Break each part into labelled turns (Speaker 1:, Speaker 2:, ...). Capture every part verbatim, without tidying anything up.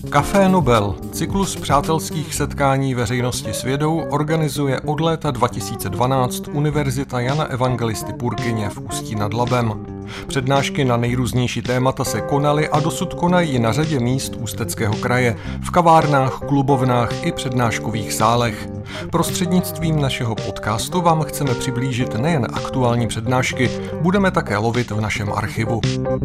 Speaker 1: Café Nobel, cyklus přátelských setkání veřejnosti s vědou, organizuje od léta dva tisíce dvanáct Univerzita Jana Evangelisty Purkyně v Ústí nad Labem. Přednášky na nejrůznější témata se konaly a dosud konají na řadě míst Ústeckého kraje, v kavárnách, klubovnách i přednáškových sálech. Prostřednictvím našeho podcastu vám chceme přiblížit nejen aktuální přednášky, budeme také lovit v našem archivu.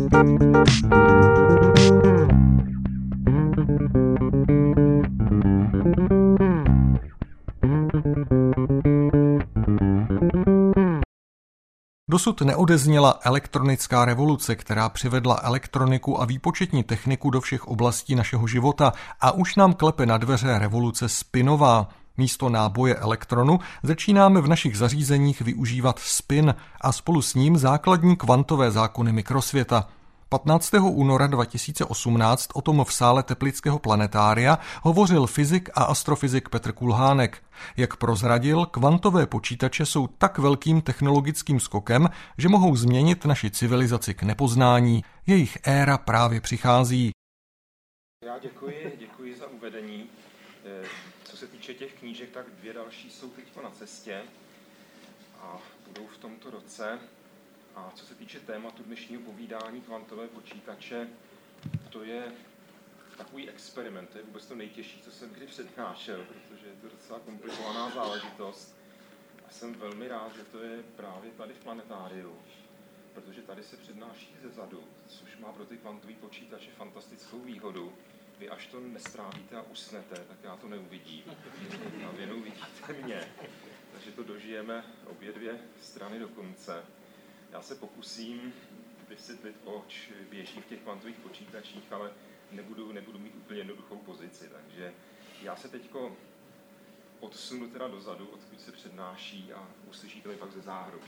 Speaker 1: Dosud neodezněla elektronická revoluce, která přivedla elektroniku a výpočetní techniku do všech oblastí našeho života a už nám klepe na dveře revoluce spinová. Místo náboje elektronu začínáme v našich zařízeních využívat spin a spolu s ním základní kvantové zákony mikrosvěta. patnáctého února dva tisíce osmnáct o tom v sále Teplického planetária hovořil fyzik a astrofyzik Petr Kulhánek. Jak prozradil, kvantové počítače jsou tak velkým technologickým skokem, že mohou změnit naši civilizaci k nepoznání. Jejich éra právě přichází.
Speaker 2: Já děkuji, děkuji za uvedení. Co se týče těch knížek, tak dvě další jsou teď na cestě a budou v tomto roce. A co se týče tématu dnešního povídání kvantové počítače, to je takový experiment, to je vůbec to nejtěžší, co jsem kdy přednášel, protože je to docela komplikovaná záležitost. A jsem velmi rád, že to je právě tady v planetáriu, protože tady se přednáší ze zadu, což má pro ty kvantové počítače fantastickou výhodu. Vy až to nestrávíte a usnete, tak já to neuvidím. A vy neuvidíte mě. Takže to dožijeme obě dvě strany do konce. Já se pokusím vysvětlit, oč běží v těch kvantových počítačích, ale nebudu, nebudu mít úplně jednoduchou pozici. Takže já se teďko odsunu teda dozadu, odkud se přednáší a uslyšíte mi pak ze záhrobí.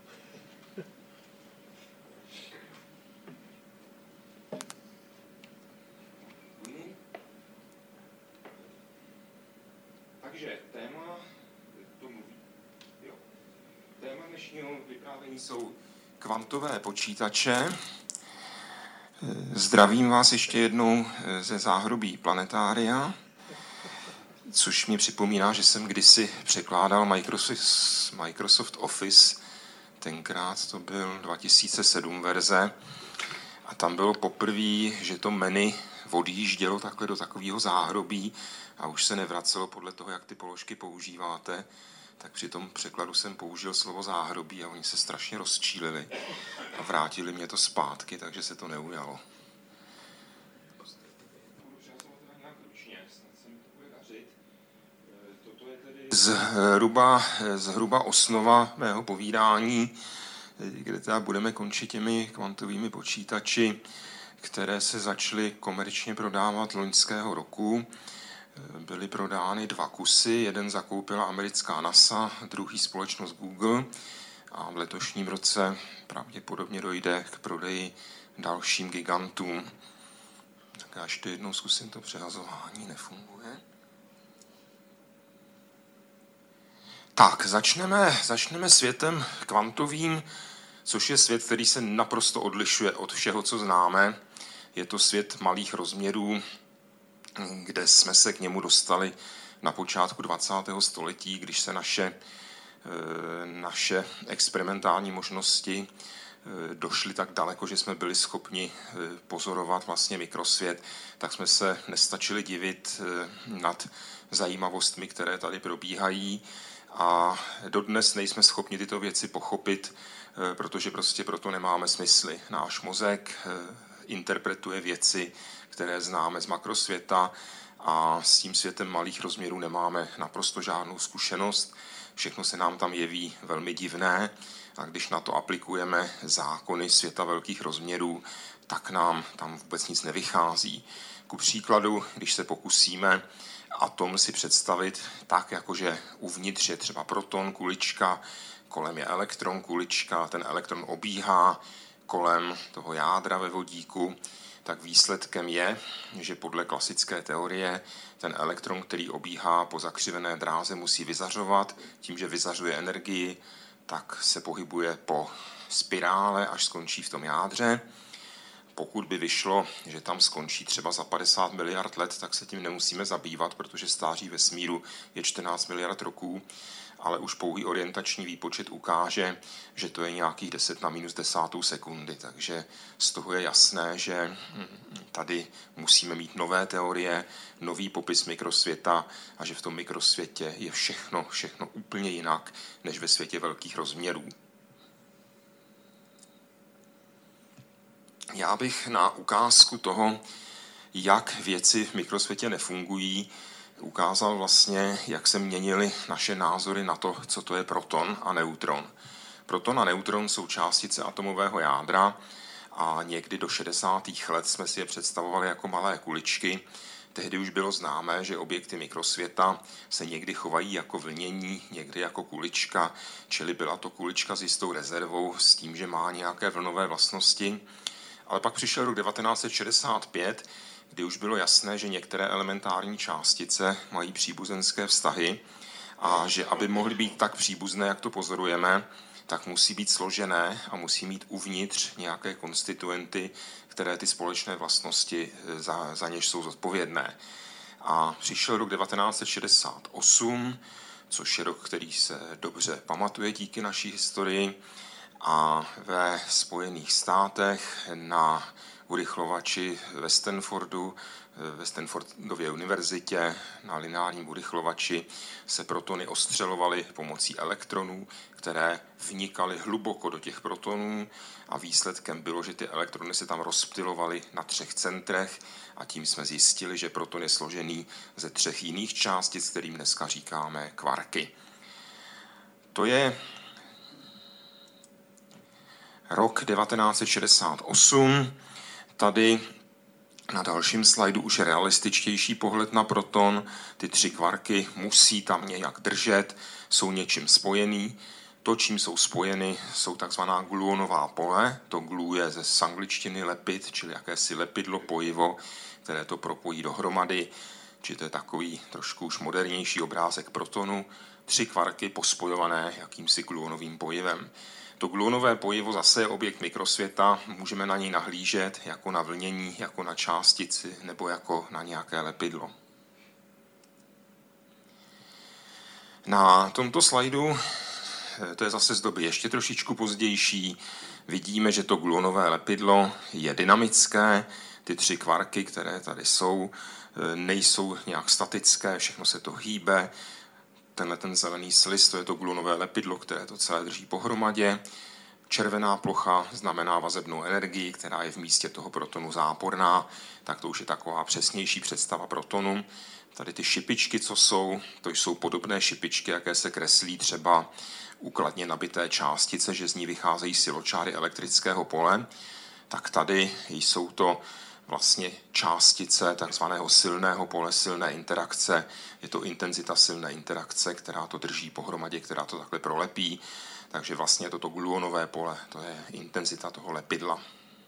Speaker 2: Takže téma, to mluví. Jo. Téma dnešního vyprávění jsou kvantové počítače. Zdravím vás ještě jednou ze záhrobí planetária, což mi připomíná, že jsem kdysi překládal Microsoft, Microsoft Office, tenkrát to byl dva tisíce sedm verze, a tam bylo poprvé, že to menu odjíždělo takhle do takového záhrobí a už se nevracelo podle toho, jak ty položky používáte. Tak při tom překladu jsem použil slovo záhrobí a oni se strašně rozčílili a vrátili mě to zpátky, takže se to neujalo. Zhruba, zhruba osnova mého povídání, kde teda budeme končit těmi kvantovými počítači, které se začaly komerčně prodávat loňského roku. Byly prodány dva kusy, jeden zakoupila americká NASA, druhý společnost Google a v letošním roce pravděpodobně dojde k prodeji dalším gigantům. Tak já ještě jednou zkusím, to přehazování nefunguje. Tak, začneme, začneme světem kvantovým, což je svět, který se naprosto odlišuje od všeho, co známe. Je to svět malých rozměrů, kde jsme se k němu dostali na počátku dvacátého století, když se naše, naše experimentální možnosti došly tak daleko, že jsme byli schopni pozorovat vlastně mikrosvět, tak jsme se nestačili divit nad zajímavostmi, které tady probíhají, a dodnes nejsme schopni tyto věci pochopit, protože prostě proto nemáme smysly. Náš mozek interpretuje věci, které známe z makrosvěta, a s tím světem malých rozměrů nemáme naprosto žádnou zkušenost. Všechno se nám tam jeví velmi divné a když na to aplikujeme zákony světa velkých rozměrů, tak nám tam vůbec nic nevychází. Ku příkladu, když se pokusíme atom si představit tak, jakože uvnitř je třeba proton, kulička, kolem je elektron, kulička, ten elektron obíhá kolem toho jádra ve vodíku, tak výsledkem je, že podle klasické teorie ten elektron, který obíhá po zakřivené dráze, musí vyzařovat. Tím, že vyzařuje energii, tak se pohybuje po spirále, až skončí v tom jádře. pokud by vyšlo, že tam skončí třeba za padesát miliard let, tak se tím nemusíme zabývat, protože stáří vesmíru je čtrnáct miliard roků, ale už pouhý orientační výpočet ukáže, že to je nějakých deset na minus desátou sekundy. Takže z toho je jasné, že tady musíme mít nové teorie, nový popis mikrosvěta a že v tom mikrosvětě je všechno, všechno úplně jinak, než ve světě velkých rozměrů. Já bych na ukázku toho, jak věci v mikrosvětě nefungují, ukázal vlastně, jak se měnily naše názory na to, co to je proton a neutron. Proton a neutron jsou částice atomového jádra a někdy do šedesátých let jsme si je představovali jako malé kuličky. Tehdy už bylo známé, že objekty mikrosvěta se někdy chovají jako vlnění, někdy jako kulička, čili byla to kulička s jistou rezervou, s tím, že má nějaké vlnové vlastnosti. Ale pak přišel rok devatenáct set šedesát pět, kdy už bylo jasné, že některé elementární částice mají příbuzenské vztahy a že aby mohly být tak příbuzné, jak to pozorujeme, tak musí být složené a musí mít uvnitř nějaké konstituenty, které ty společné vlastnosti za, za něž jsou zodpovědné. A přišel rok devatenáct set šedesát osm, což je rok, který se dobře pamatuje díky naší historii, a ve Spojených státech na urychlovači ve Stanfordu, ve Stanfordově univerzitě, na lineárním urychlovači se protony ostřelovaly pomocí elektronů, které vnikaly hluboko do těch protonů a výsledkem bylo, že ty elektrony se tam rozptylovaly na třech centrech a tím jsme zjistili, že proton je složený ze třech jiných částic, kterým dneska říkáme kvarky. To je rok devatenáct set šedesát osm. Tady na dalším slajdu už je realističtější pohled na proton. Ty tři kvarky musí tam nějak držet, jsou něčím spojený. To, čím jsou spojeny, jsou takzvaná gluonová pole. To glu je ze angličtiny lepid, čili jakési lepidlo, pojivo, které to propojí dohromady. Či to je takový trošku už modernější obrázek protonu. Tři kvarky pospojované jakýmsi gluonovým pojivem. To gluonové pojivo zase je objekt mikrosvěta, můžeme na něj nahlížet jako na vlnění, jako na částici nebo jako na nějaké lepidlo. Na tomto slajdu, to je zase z doby ještě trošičku pozdější, vidíme, že to gluonové lepidlo je dynamické, ty tři kvarky, které tady jsou, nejsou nějak statické, všechno se to hýbe. Tenhle ten zelený sliz, to je to gluonové lepidlo, které to celé drží pohromadě. Červená plocha znamená vazebnou energii, která je v místě toho protonu záporná, tak to už je taková přesnější představa protonu. Tady ty šipičky, co jsou, to jsou podobné šipičky, jaké se kreslí třeba u kladně nabité částice, že z ní vycházejí siločáry elektrického pole. Tak tady jsou to vlastně částice takzvaného silného pole, silné interakce. Je to intenzita silné interakce, která to drží pohromadě, která to takhle prolepí. Takže vlastně toto gluonové pole, to je intenzita toho lepidla.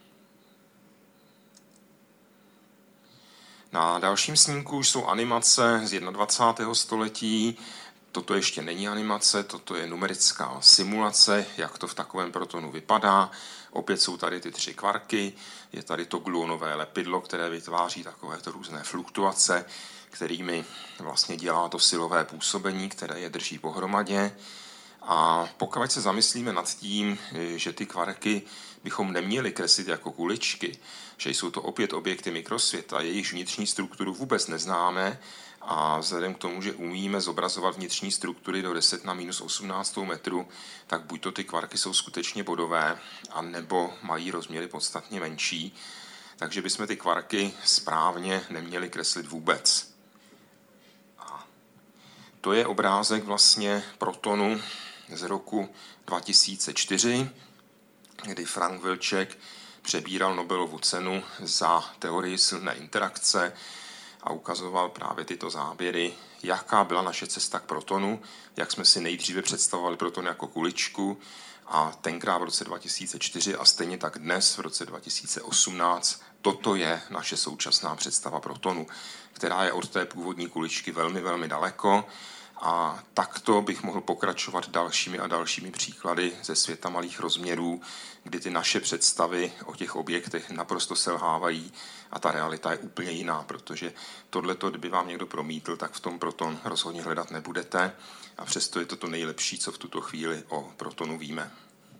Speaker 2: Na dalším snímku už jsou animace z dvacátého prvního století. Toto ještě není animace, toto je numerická simulace, jak to v takovém protonu vypadá. Opět jsou tady ty tři kvarky, je tady to gluonové lepidlo, které vytváří takovéto různé fluktuace, kterými vlastně dělá to silové působení, které je drží pohromadě. A pokud se zamyslíme nad tím, že ty kvarky bychom neměli kreslit jako kuličky, že jsou to opět objekty mikrosvěta, jejichž vnitřní strukturu vůbec neznáme, a vzhledem k tomu, že umíme zobrazovat vnitřní struktury do deset na minus osmnáct metru, tak buď to ty kvarky jsou skutečně bodové, anebo mají rozměry podstatně menší, takže bychom ty kvarky správně neměli kreslit vůbec. A to je obrázek vlastně protonu z roku dva tisíce čtyři, kdy Frank Wilczek přebíral Nobelovu cenu za teorii silné interakce a ukazoval právě tyto záběry, jaká byla naše cesta k protonu, jak jsme si nejdříve představovali proton jako kuličku a tenkrát v roce dva tisíce čtyři a stejně tak dnes v roce dva tisíce osmnáct toto je naše současná představa protonu, která je od té původní kuličky velmi, velmi daleko A takto bych mohl pokračovat dalšími a dalšími příklady ze světa malých rozměrů, kdy ty naše představy o těch objektech naprosto selhávají a ta realita je úplně jiná, protože tohleto, kdyby vám někdo promítl, tak v tom proton rozhodně hledat nebudete a přesto je to to nejlepší, co v tuto chvíli o protonu víme.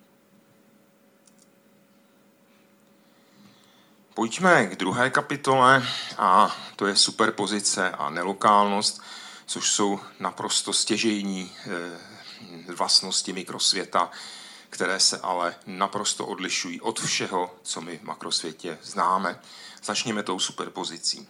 Speaker 2: Pojďme k druhé kapitole a to je superpozice a nelokálnost, což jsou naprosto stěžejní vlastnosti mikrosvěta, které se ale naprosto odlišují od všeho, co my v makrosvětě známe. Začněme tou superpozicí.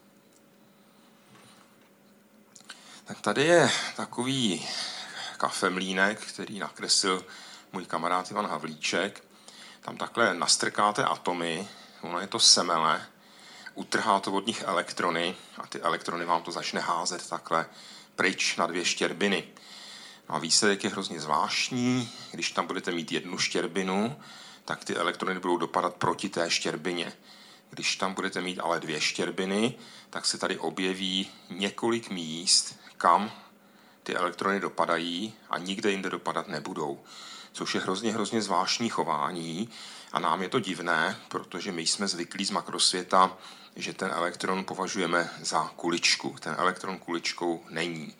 Speaker 2: Tak tady je takový kafemlínek, který nakreslil můj kamarád Ivan Havlíček. Tam takhle nastrkáte atomy, ono je to semele, utrhá to od nich elektrony a ty elektrony vám to začne házet takhle pryč na dvě štěrbiny. No a výsledek je hrozně zvláštní. Když tam budete mít jednu štěrbinu, tak ty elektrony budou dopadat proti té štěrbině. Když tam budete mít ale dvě štěrbiny, tak se tady objeví několik míst, kam ty elektrony dopadají a nikde jinde dopadat nebudou. Což je hrozně, hrozně zvláštní chování a nám je to divné, protože my jsme zvyklí z makrosvěta, že ten elektron považujeme za kuličku. Ten elektron kuličkou není.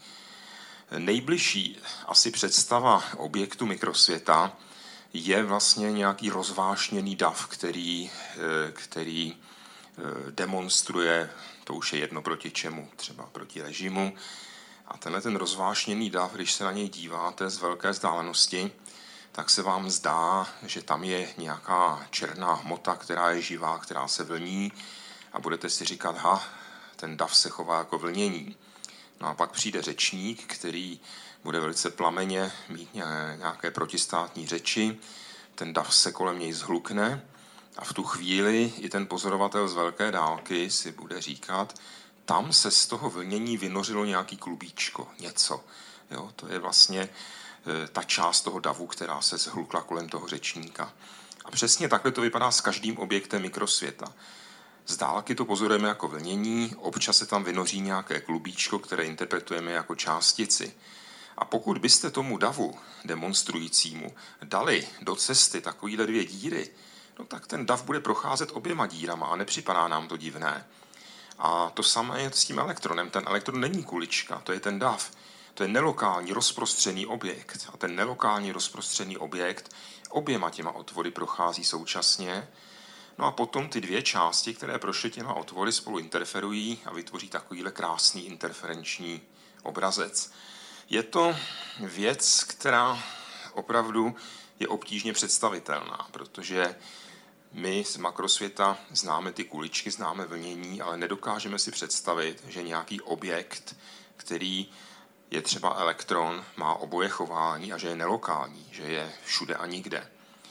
Speaker 2: Nejbližší asi představa objektu mikrosvěta je vlastně nějaký rozvášněný dav, který, který demonstruje, to už je jedno proti čemu, třeba proti režimu. A tenhle ten rozvášněný dav, když se na něj díváte z velké vzdálenosti, tak se vám zdá, že tam je nějaká černá hmota, která je živá, která se vlní a budete si říkat, ha, ten dav se chová jako vlnění. No a pak přijde řečník, který bude velice plameně mít nějaké protistátní řeči, ten dav se kolem něj zhlukne a v tu chvíli i ten pozorovatel z velké dálky si bude říkat, tam se z toho vlnění vynořilo nějaký klubíčko, něco. Jo, to je vlastně ta část toho davu, která se zhlukla kolem toho řečníka. A přesně takhle to vypadá s každým objektem mikrosvěta. Z dálky to pozorujeme jako vlnění, občas se tam vynoří nějaké klubíčko, které interpretujeme jako částici. A pokud byste tomu davu demonstrujícímu dali do cesty takovýhle dvě díry, no tak ten dav bude procházet oběma dírama a nepřipadá nám to divné. A to samé je s tím elektronem. Ten elektron není kulička, to je ten dav. To je nelokální rozprostřený objekt. A ten nelokální rozprostřený objekt oběma těma otvory prochází současně. No a potom ty dvě části, které prošly těma otvory, spolu interferují a vytvoří takovýhle krásný interferenční obrazec. Je to věc, která opravdu je obtížně představitelná, protože my z makrosvěta známe ty kuličky, známe vlnění, ale nedokážeme si představit, že nějaký objekt, který je třeba elektron, má oboje chování a že je nelokální, že je všude a nikde.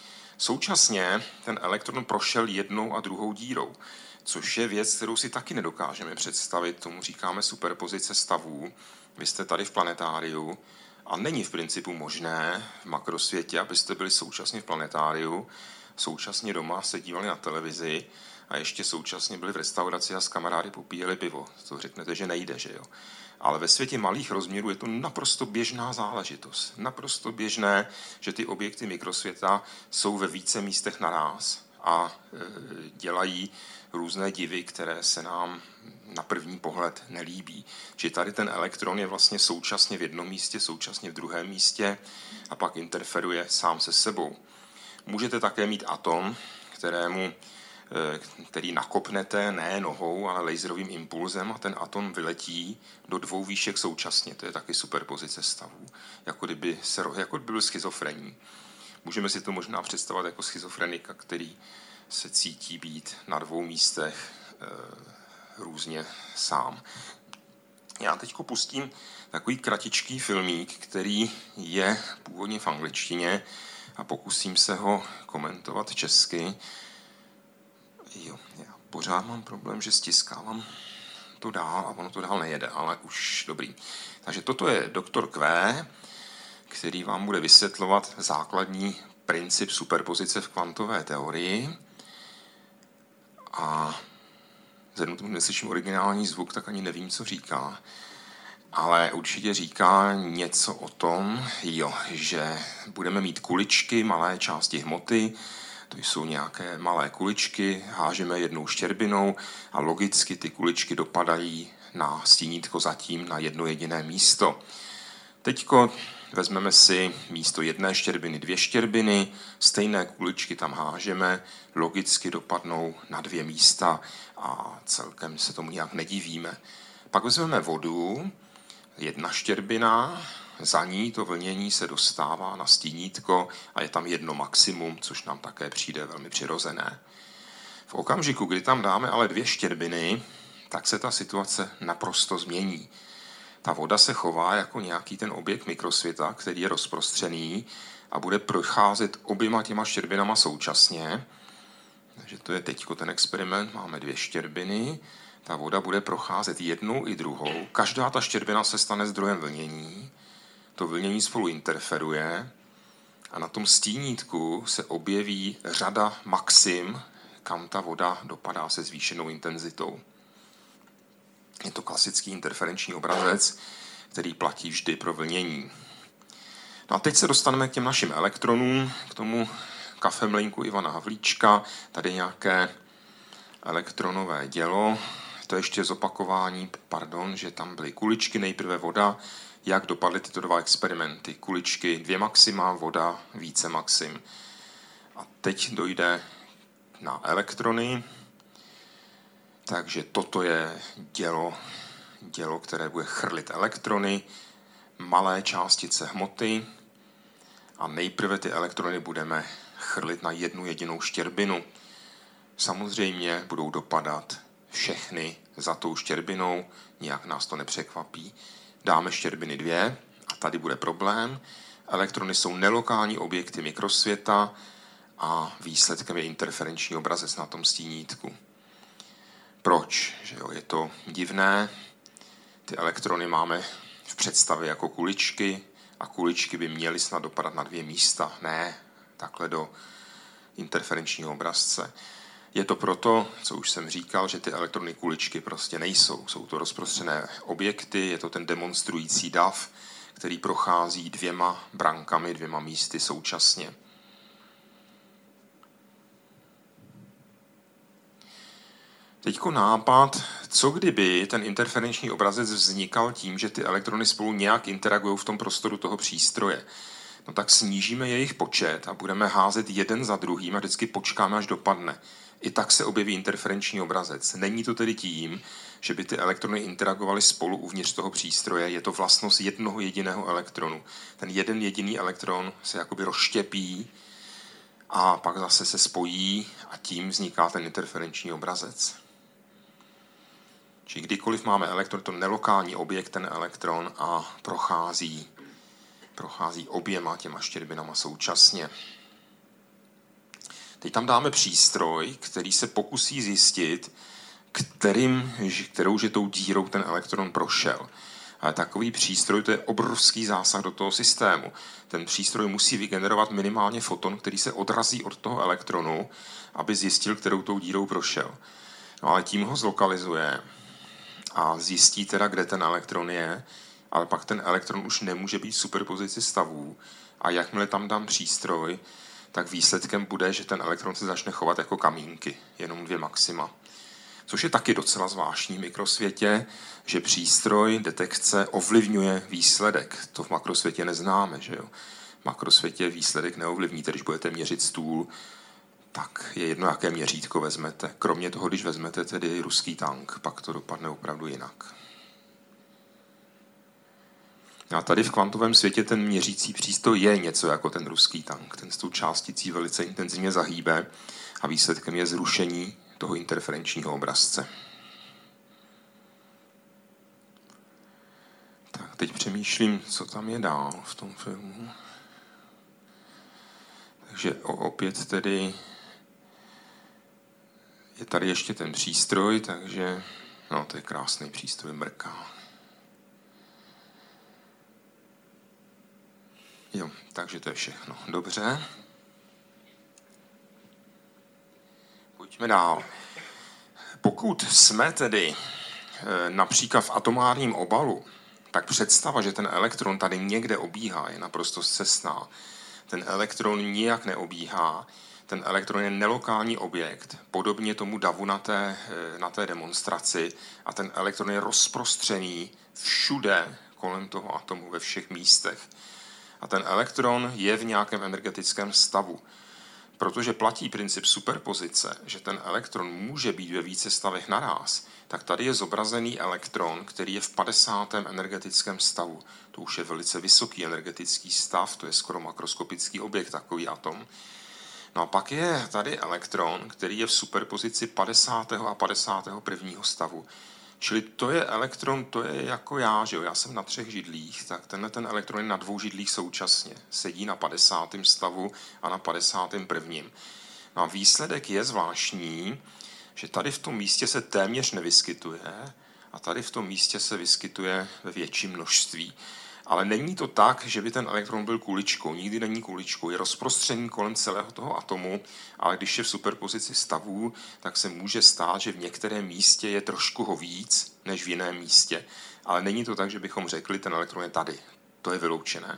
Speaker 2: Současně ten elektron prošel jednou a druhou dírou, což je věc, kterou si taky nedokážeme představit, tomu říkáme superpozice stavů. Vy jste tady v planetáriu a není v principu možné v makrosvětě, abyste byli současně v planetáriu, současně doma se dívali na televizi a ještě současně byli v restauraci a s kamarády popíjeli pivo. To řeknete, že nejde, že jo? Ale ve světě malých rozměrů je to naprosto běžná záležitost. Naprosto běžné, že ty objekty mikrosvěta jsou ve více místech naráz a e, dělají různé divy, které se nám na první pohled nelíbí. Že tady ten elektron je vlastně současně v jednom místě, současně v druhém místě a pak interferuje sám se sebou. Můžete také mít atom, kterému který nakopnete ne nohou, ale laserovým impulzem a ten atom vyletí do dvou výšek současně. To je taky superpozice stavů. Jako kdyby, se, jako kdyby byl schizofrenní. Můžeme si to možná představovat jako schizofrenika, který se cítí být na dvou místech e, různě sám. Já teď pustím takový kratičký filmík, který je původně v angličtině a pokusím se ho komentovat česky. Jo, já pořád mám problém, že stiskávám to dál a ono to dál nejede, ale už dobrý. Takže toto je doktor Q, který vám bude vysvětlovat základní princip superpozice v kvantové teorii. A vzhledem tomu neslyším originální zvuk, tak ani nevím, co říká. ale určitě říká něco o tom, jo, že budeme mít kuličky, malé části hmoty, to jsou nějaké malé kuličky, hážeme jednou štěrbinou a logicky ty kuličky dopadají na stínítko zatím na jedno jediné místo. Teďko vezmeme si místo jedné štěrbiny dvě štěrbiny, stejné kuličky tam hážeme, logicky dopadnou na dvě místa a celkem se tomu nějak nedivíme. Pak vezmeme vodu, jedna štěrbina, za ní to vlnění se dostává na stínítko a je tam jedno maximum, což nám také přijde velmi přirozené. V okamžiku, kdy tam dáme ale dvě štěrbiny, tak se ta situace naprosto změní. Ta voda se chová jako nějaký ten objekt mikrosvěta, který je rozprostřený a bude procházet oběma těma štěrbinama současně. Takže to je teďko ten experiment, máme dvě štěrbiny, ta voda bude procházet jednou i druhou, každá ta štěrbina se stane zdrojem vlnění, to vlnění spolu interferuje a na tom stínítku se objeví řada maxim, kam ta voda dopadá se zvýšenou intenzitou. Je to klasický interferenční obrazec, který platí vždy pro vlnění. No a teď se dostaneme k těm našim elektronům, k tomu kafemlejnku Ivana Havlíčka. Tady nějaké elektronové dělo. To je ještě zopakování, pardon, že tam byly kuličky, nejprve voda, jak dopadly tyto dva experimenty. Kuličky dvě maxima, voda více maxim. A teď dojde na elektrony. Takže toto je dělo, dělo, které bude chrlit elektrony, malé částice hmoty a nejprve ty elektrony budeme chrlit na jednu jedinou štěrbinu. Samozřejmě budou dopadat všechny za tou štěrbinou, nijak nás to nepřekvapí. Dáme štěrbiny dvě a tady bude problém. Elektrony jsou nelokální objekty mikrosvěta a výsledkem je interferenční obrazec na tom stínítku. Proč? Že jo, je to divné. Ty elektrony máme v představě jako kuličky a kuličky by měly snad dopadat na dvě místa. Ne, takhle do interferenčního obrazce. Je to proto, co už jsem říkal, že ty elektrony kuličky prostě nejsou. Jsou to rozprostřené objekty, je to ten demonstrující dav, který prochází dvěma brankami, dvěma místy současně. Teďko nápad, co kdyby ten interferenční obrazec vznikal tím, že ty elektrony spolu nějak interagují v tom prostoru toho přístroje. No tak snížíme jejich počet a budeme házet jeden za druhým a vždycky počkáme, až dopadne. I tak se objeví interferenční obrazec. Není to tedy tím, že by ty elektrony interagovaly spolu uvnitř toho přístroje, je to vlastnost jednoho jediného elektronu. Ten jeden jediný elektron se jakoby rozštěpí a pak zase se spojí a tím vzniká ten interferenční obrazec. Čili kdykoliv máme elektron, to nelokální objekt, ten elektron a prochází, prochází oběma těma štěrbinama současně. Teď tam dáme přístroj, který se pokusí zjistit, kterým, kterou že tou dírou ten elektron prošel. Ale takový přístroj, to je obrovský zásah do toho systému. Ten přístroj musí vygenerovat minimálně foton, který se odrazí od toho elektronu, aby zjistil, kterou tou dírou prošel. No ale tím ho zlokalizuje a zjistí teda, kde ten elektron je, ale pak ten elektron už nemůže být v superpozici stavů a jakmile tam dám přístroj, tak výsledkem bude, že ten elektron se začne chovat jako kamínky, jenom dvě maxima. Což je taky docela zvláštní v mikrosvětě, že přístroj detekce ovlivňuje výsledek. To v makrosvětě neznáme, že jo? V makrosvětě výsledek neovlivníte, když budete měřit stůl, tak je jedno, jaké měřítko vezmete. Kromě toho, když vezmete tedy ruský tank, pak to dopadne opravdu jinak. A tady v kvantovém světě ten měřící přístroj je něco jako ten ruský tank. Ten s tou částicí velice intenzivně zahýbe a výsledkem je zrušení toho interferenčního obrazce. Tak teď přemýšlím, co tam je dál v tom filmu. Takže opět tedy je tady ještě ten přístroj, takže no, to je krásný přístroj, mrká. Jo, takže to je všechno. Dobře. Pojďme dál. Pokud jsme tedy například v atomárním obalu, tak představa, že ten elektron tady někde obíhá, je naprosto scestná. Ten elektron nijak neobíhá, ten elektron je nelokální objekt, podobně tomu davu na té, na té demonstraci, a ten elektron je rozprostřený všude kolem toho atomu, ve všech místech. A ten elektron je v nějakém energetickém stavu. Protože platí princip superpozice, že ten elektron může být ve více stavech naráz, tak tady je zobrazený elektron, který je v padesátém energetickém stavu. To už je velice vysoký energetický stav, to je skoro makroskopický objekt, takový atom. No a pak je tady elektron, který je v superpozici padesátého a padesátého prvního stavu. Čili to je elektron, to je jako já, že jo? Já jsem na třech židlích, tak tenhle ten elektron je na dvou židlích současně. Sedí na padesátém stavu a na padesátém prvním. No a výsledek je zvláštní, že tady v tom místě se téměř nevyskytuje a tady v tom místě se vyskytuje ve větším množství. Ale není to tak, že by ten elektron byl kuličkou. Nikdy není kuličkou. Je rozprostřený kolem celého toho atomu, ale když je v superpozici stavů, tak se může stát, že v některém místě je trošku ho víc, než v jiném místě. Ale není to tak, že bychom řekli, ten elektron je tady. To je vyloučené.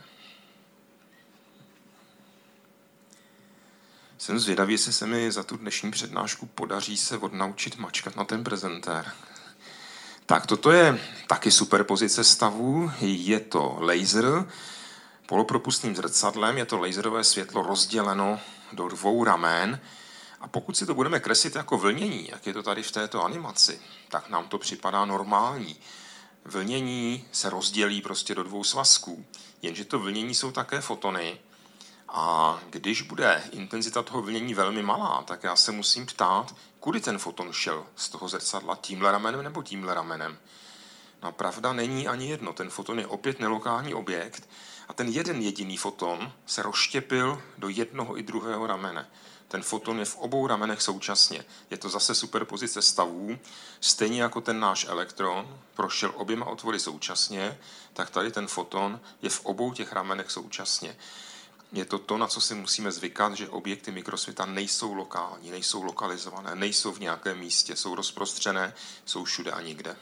Speaker 2: Jsem zvědavý, jestli se mi za tu dnešní přednášku podaří se odnaučit mačkat na ten prezentér. Tak toto je taky superpozice stavů, je to laser polopropustným zrcadlem, je to laserové světlo rozděleno do dvou ramen a pokud si to budeme kreslit jako vlnění, jak je to tady v této animaci, tak nám to připadá normální. Vlnění se rozdělí prostě do dvou svazků, jenže to vlnění jsou také fotony a když bude intenzita toho vlnění velmi malá, tak já se musím ptát, kudy ten foton šel z toho zrcadla, tímhle ramenem nebo tímhle ramenem. No pravda není ani jedno, ten foton je opět nelokální objekt a ten jeden jediný foton se rozštěpil do jednoho i druhého ramene. Ten foton je v obou ramenech současně. Je to zase superpozice stavů, stejně jako ten náš elektron prošel oběma otvory současně, tak tady ten foton je v obou těch ramenech současně. Je to to, na co si musíme zvykat, že objekty mikrosvěta nejsou lokální, nejsou lokalizované, nejsou v nějakém místě, jsou rozprostřené, jsou všude a nikde.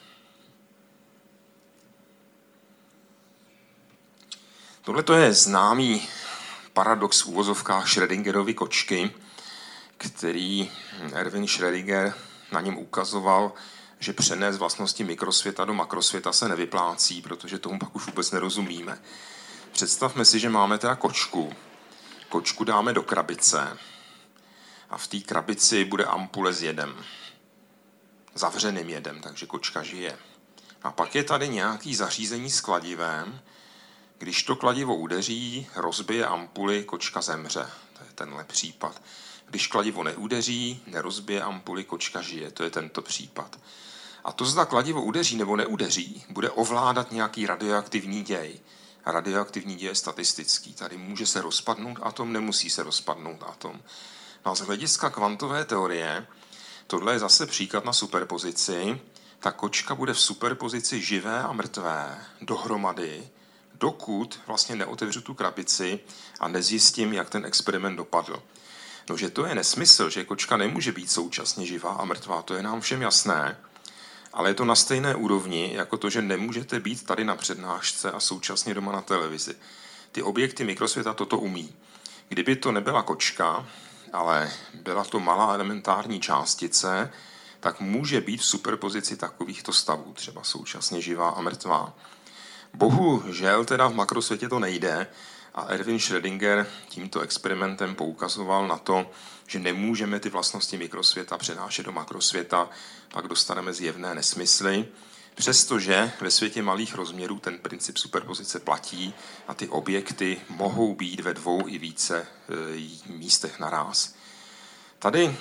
Speaker 2: Tohle to je známý paradox v úvozovkách Schrödingerovy kočky, který Erwin Schrödinger na něm ukazoval, že přenést vlastnosti mikrosvěta do makrosvěta se nevyplácí, protože tomu pak už vůbec nerozumíme. Představme si, že máme teda kočku. Kočku dáme do krabice a v té krabici bude ampule s jedem. Zavřeným jedem, takže kočka žije. A pak je tady nějaký zařízení s kladivem. Když to kladivo udeří, rozbije ampuli, kočka zemře. To je tenhle případ. Když kladivo neudeří, nerozbije ampuli, kočka žije. To je tento případ. A to, zda kladivo udeří nebo neudeří, bude ovládat nějaký radioaktivní děj. A radioaktivní děj je statistický. Tady může se rozpadnout atom, nemusí se rozpadnout atom. No a z hlediska kvantové teorie, tohle je zase příklad na superpozici, ta kočka bude v superpozici živé a mrtvé dohromady, dokud vlastně neotevřu tu krabici a nezjistím, jak ten experiment dopadl. No, že to je nesmysl, že kočka nemůže být současně živá a mrtvá, to je nám všem jasné, ale je to na stejné úrovni, jako to, že nemůžete být tady na přednášce a současně doma na televizi. Ty objekty mikrosvěta toto umí. Kdyby to nebyla kočka, ale byla to malá elementární částice, tak může být v superpozici takovýchto stavů, třeba současně živá a mrtvá. Bohužel teda v makrosvětě to nejde a Erwin Schrödinger tímto experimentem poukazoval na to, že nemůžeme ty vlastnosti mikrosvěta přenášet do makrosvěta, pak dostaneme zjevné nesmysly, přestože ve světě malých rozměrů ten princip superpozice platí a ty objekty mohou být ve dvou i více e, místech naráz. Tady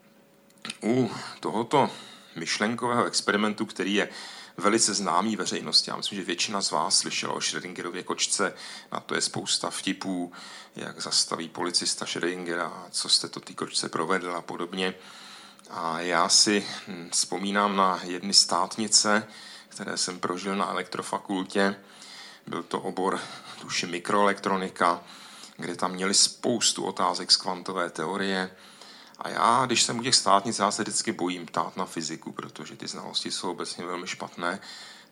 Speaker 2: u tohoto myšlenkového experimentu, který je velice známý veřejnosti. Já myslím, že většina z vás slyšela o Schrödingerově kočce, na to je spousta vtipů, jak zastaví policista Schrödingera, co jste to té kočce provedl a podobně. A já si vzpomínám na jedny státnice, které jsem prožil na elektrofakultě. Byl to obor, tuším, mikroelektronika, kde tam měli spoustu otázek z kvantové teorie. A já, když jsem u těch státnic, já se vždycky bojím ptát na fyziku, protože ty znalosti jsou obecně velmi špatné,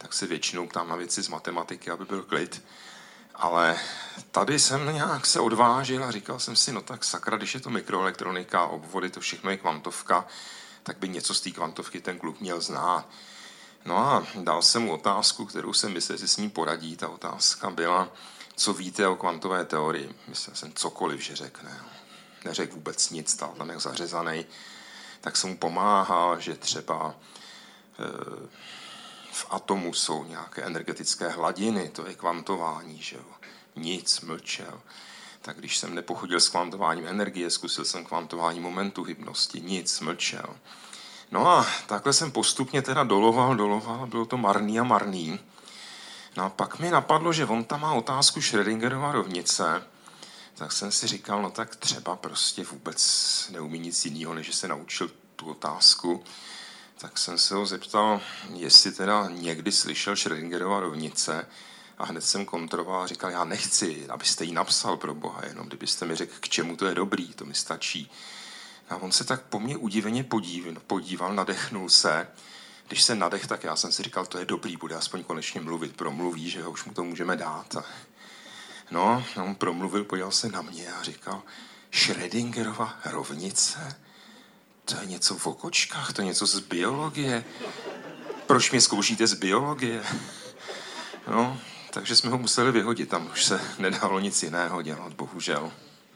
Speaker 2: tak se většinou ptám na věci z matematiky, aby byl klid. Ale tady jsem nějak se odvážil a říkal jsem si, no tak sakra, když je to mikroelektronika, obvody, to všechno je kvantovka, tak by něco z té kvantovky ten kluk měl znát. No a dal jsem mu otázku, kterou jsem myslel, že s ním poradí. Ta otázka byla, co víte o kvantové teorii. Myslel jsem cokoliv, že řekne. Neřekl vůbec nic, stál tam jak zařezaný. Tak jsem mu pomáhal, že třeba e, v atomu jsou nějaké energetické hladiny, to je kvantování, že jo. Nic, mlčel. Tak když jsem nepochodil s kvantováním energie, zkusil jsem kvantování momentu hybnosti, nic, mlčel. No a takhle jsem postupně teda doloval, doloval, bylo to marný a marný. No a pak mi napadlo, že on tam má otázku Schrödingerova rovnice, tak jsem si říkal, no tak třeba prostě vůbec neumí nic jiného, než že se naučil tu otázku. Tak jsem se ho zeptal, jestli teda někdy slyšel Schrödingerova rovnice, a hned jsem kontroloval a říkal, já nechci, abyste ji napsal pro Boha, jenom kdybyste mi řekl, k čemu to je dobrý, to mi stačí. A on se tak po mně udiveně podíval, podíval, nadechnul se. Když se nadech, tak já jsem si říkal, to je dobrý, bude aspoň konečně mluvit, promluví, že ho už mu to můžeme dát. No, on promluvil, podíval se na mě a říkal, Schrödingerova rovnice? To je něco v okočkách, to je něco z biologie. Proč mě zkoušíte z biologie? No, takže jsme ho museli vyhodit, tam už se nedalo nic jiného dělat, bohužel.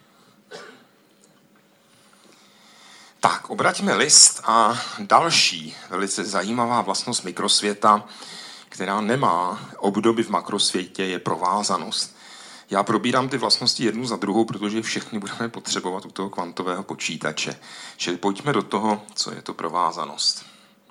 Speaker 2: Tak, obraťme list a další velice zajímavá vlastnost mikrosvěta, která nemá obdoby v makrosvětě, je provázanost. Já probírám ty vlastnosti jednu za druhou, protože všechny budeme potřebovat u toho kvantového počítače. Čili pojďme do toho, co je to provázanost.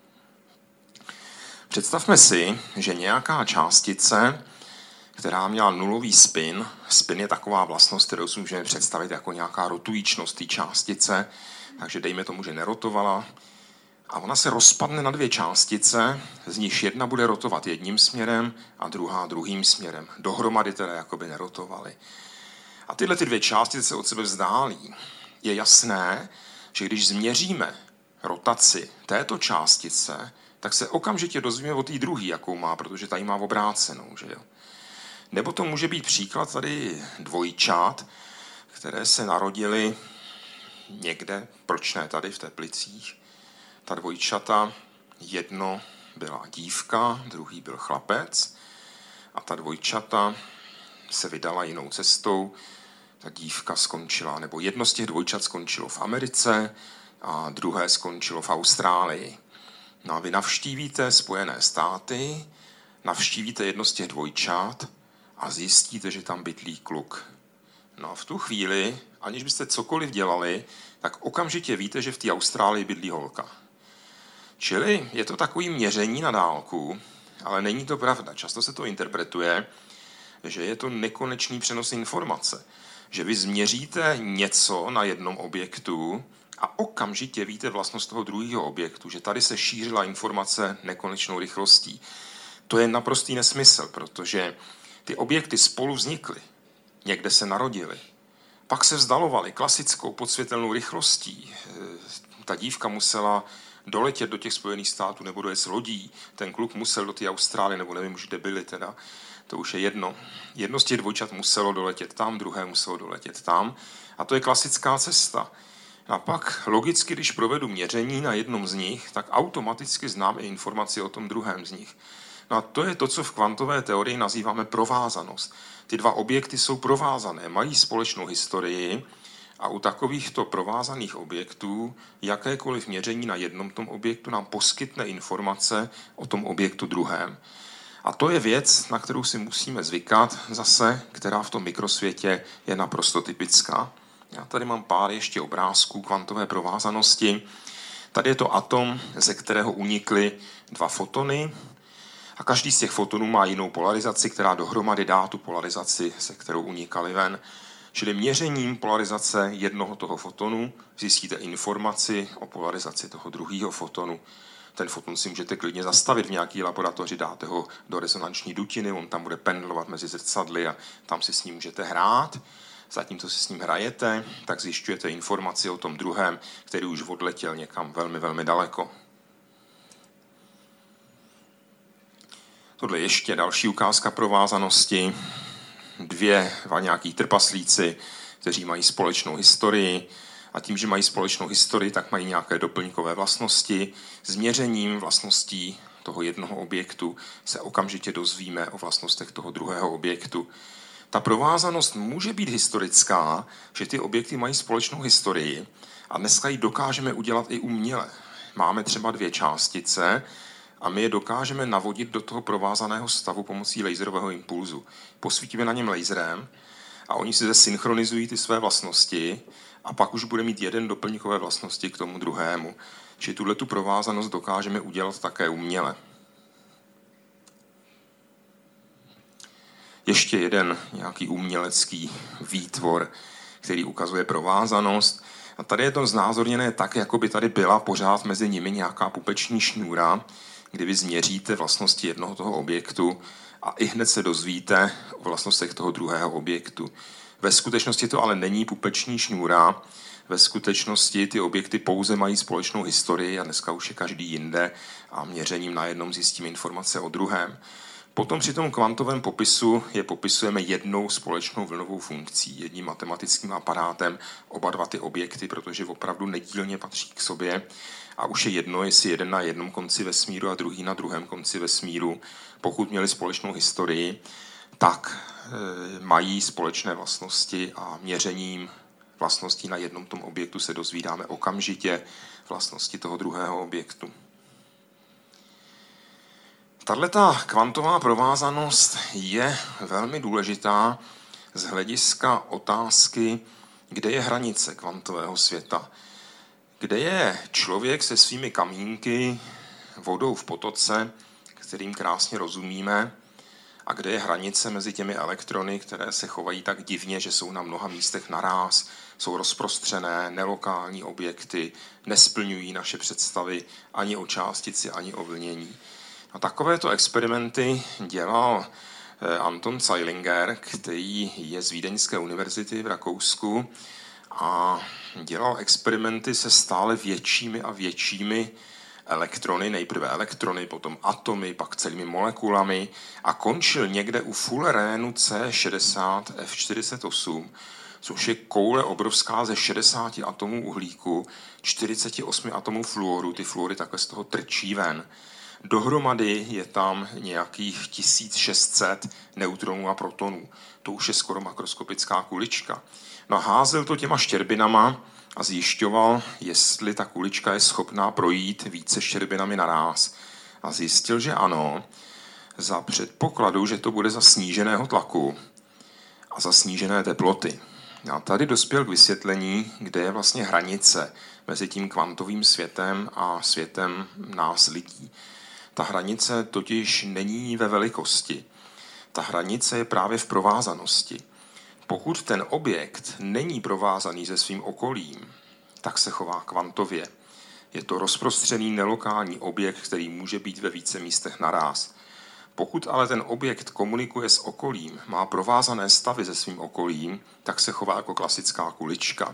Speaker 2: Představme si, že nějaká částice, která měla nulový spin, spin je taková vlastnost, kterou si můžeme představit jako nějaká rotujíčnost té částice, takže dejme tomu, že nerotovala, a ona se rozpadne na dvě částice, z nichž jedna bude rotovat jedním směrem a druhá druhým směrem. Dohromady teda jakoby nerotovaly. A tyhle ty dvě částice se od sebe vzdálí. Je jasné, že když změříme rotaci této částice, tak se okamžitě dozvíme o té druhé, jakou má, protože tady má obrácenou. Že jo? Nebo to může být příklad tady dvojčat, které se narodily někde, proč ne tady v Teplicích. Ta dvojčata, jedno byla dívka, druhý byl chlapec a ta dvojčata se vydala jinou cestou. Ta dívka skončila, nebo jedno z těch dvojčat skončilo v Americe a druhé skončilo v Austrálii. No a vy navštívíte Spojené státy, navštívíte jedno z těch dvojčat a zjistíte, že tam bydlí kluk. No a v tu chvíli, aniž byste cokoliv dělali, tak okamžitě víte, že v té Austrálii bydlí holka. Čili je to takový měření na dálku, ale není to pravda. Často se to interpretuje, že je to nekonečný přenos informace. Že vy změříte něco na jednom objektu a okamžitě víte vlastnost toho druhého objektu, že tady se šířila informace nekonečnou rychlostí. To je naprostý nesmysl, protože ty objekty spolu vznikly, někde se narodily, pak se vzdalovaly klasickou podsvětelnou rychlostí. Ta dívka musela doletět do těch Spojených států nebo dojet s lodí, ten kluk musel do té Austrálie, nebo nevím už, kde byli teda, to už je jedno. Jedno z těch dvojčat muselo doletět tam, druhé muselo doletět tam a to je klasická cesta. A pak logicky, když provedu měření na jednom z nich, tak automaticky znám i informaci o tom druhém z nich. No a to je to, co v kvantové teorii nazýváme provázanost. Ty dva objekty jsou provázané, mají společnou historii a u takovýchto provázaných objektů jakékoliv měření na jednom tom objektu nám poskytne informace o tom objektu druhém. A to je věc, na kterou si musíme zvykat zase, která v tom mikrosvětě je naprosto typická. Já tady mám pár ještě obrázků kvantové provázanosti. Tady je to atom, ze kterého unikly dva fotony a každý z těch fotonů má jinou polarizaci, která dohromady dá tu polarizaci, se kterou unikaly ven. Čili měřením polarizace jednoho toho fotonu zjistíte informaci o polarizaci toho druhého fotonu. Ten foton si můžete klidně zastavit v nějaké laboratoři, dáte ho do rezonanční dutiny, on tam bude pendlovat mezi zrcadly a tam si s ním můžete hrát. Zatímco si s ním hrajete, tak zjišťujete informaci o tom druhém, který už odletěl někam velmi, velmi daleko. Tohle je ještě další ukázka provázanosti. Dvě nějaký trpaslíci, kteří mají společnou historii, a tím, že mají společnou historii, tak mají nějaké doplňkové vlastnosti. S měřením vlastností toho jednoho objektu se okamžitě dozvíme o vlastnostech toho druhého objektu. Ta provázanost může být historická, že ty objekty mají společnou historii a dneska ji dokážeme udělat i uměle. Máme třeba dvě částice a my je dokážeme navodit do toho provázaného stavu pomocí laserového impulzu. Posvítíme na něm laserem a oni si zesynchronizují ty své vlastnosti a pak už bude mít jeden doplňkové vlastnosti k tomu druhému. Čili tuhletu provázanost dokážeme udělat také uměle. Ještě jeden nějaký umělecký výtvor, který ukazuje provázanost. A tady je to znázorněné tak, jako by tady byla pořád mezi nimi nějaká pupeční šňůra, kdy vy změříte vlastnosti jednoho toho objektu a i hned se dozvíte o vlastnostech toho druhého objektu. Ve skutečnosti to ale není pupeční šňůra, ve skutečnosti ty objekty pouze mají společnou historii a dneska už je každý jinde a měřením na jednom zjistíme informace o druhém. Potom při tom kvantovém popisu je popisujeme jednou společnou vlnovou funkcí, jedním matematickým aparátem, oba dva ty objekty, protože opravdu nedílně patří k sobě a už je jedno, jestli jeden na jednom konci vesmíru a druhý na druhém konci vesmíru, pokud měli společnou historii, tak e, mají společné vlastnosti a měřením vlastností na jednom tom objektu se dozvídáme okamžitě vlastnosti toho druhého objektu. Tato kvantová provázanost je velmi důležitá z hlediska otázky, kde je hranice kvantového světa. Kde je člověk se svými kamínky, vodou v potoce, kterým krásně rozumíme, a kde je hranice mezi těmi elektrony, které se chovají tak divně, že jsou na mnoha místech naráz, jsou rozprostřené, nelokální objekty, nesplňují naše představy ani o částici, ani o vlnění. A takovéto experimenty dělal Anton Zeilinger, který je z Vídeňské univerzity v Rakousku a dělal experimenty se stále většími a většími elektrony, nejprve elektrony, potom atomy, pak celými molekulami a končil někde u fullerénu C šedesát F čtyřicet osm, což je koule obrovská ze šedesáti atomů uhlíku, čtyřiceti osmi atomů fluoru, ty fluory takhle z toho trčí ven. Dohromady je tam nějakých tisíc šest set neutronů a protonů. To už je skoro makroskopická kulička. No a házel to těma štěrbinama a zjišťoval, jestli ta kulička je schopná projít více štěrbinami naráz. A zjistil, že ano, za předpokladu, že to bude za sníženého tlaku a za snížené teploty. A tady dospěl k vysvětlení, kde je vlastně hranice mezi tím kvantovým světem a světem nás lidí. Ta hranice totiž není ve velikosti. Ta hranice je právě v provázanosti. Pokud ten objekt není provázaný se svým okolím, tak se chová kvantově. Je to rozprostřený nelokální objekt, který může být ve více místech naráz. Pokud ale ten objekt komunikuje s okolím, má provázané stavy se svým okolím, tak se chová jako klasická kulička.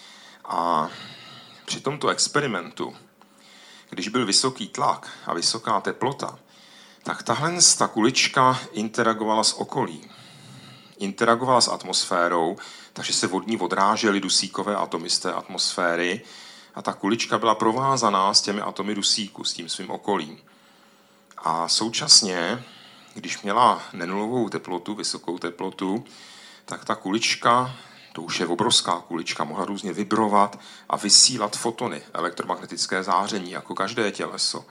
Speaker 2: A při tomto experimentu, když byl vysoký tlak a vysoká teplota, tak tahle ta kulička interagovala s okolím. Interagovala s atmosférou, takže se od ní odrážely dusíkové atomy z té atmosféry a ta kulička byla provázaná s těmi atomy dusíku, s tím svým okolím. A současně, když měla nenulovou teplotu, vysokou teplotu, tak ta kulička, to už je obrovská kulička, mohla různě vibrovat a vysílat fotony, elektromagnetické záření, jako každé těleso.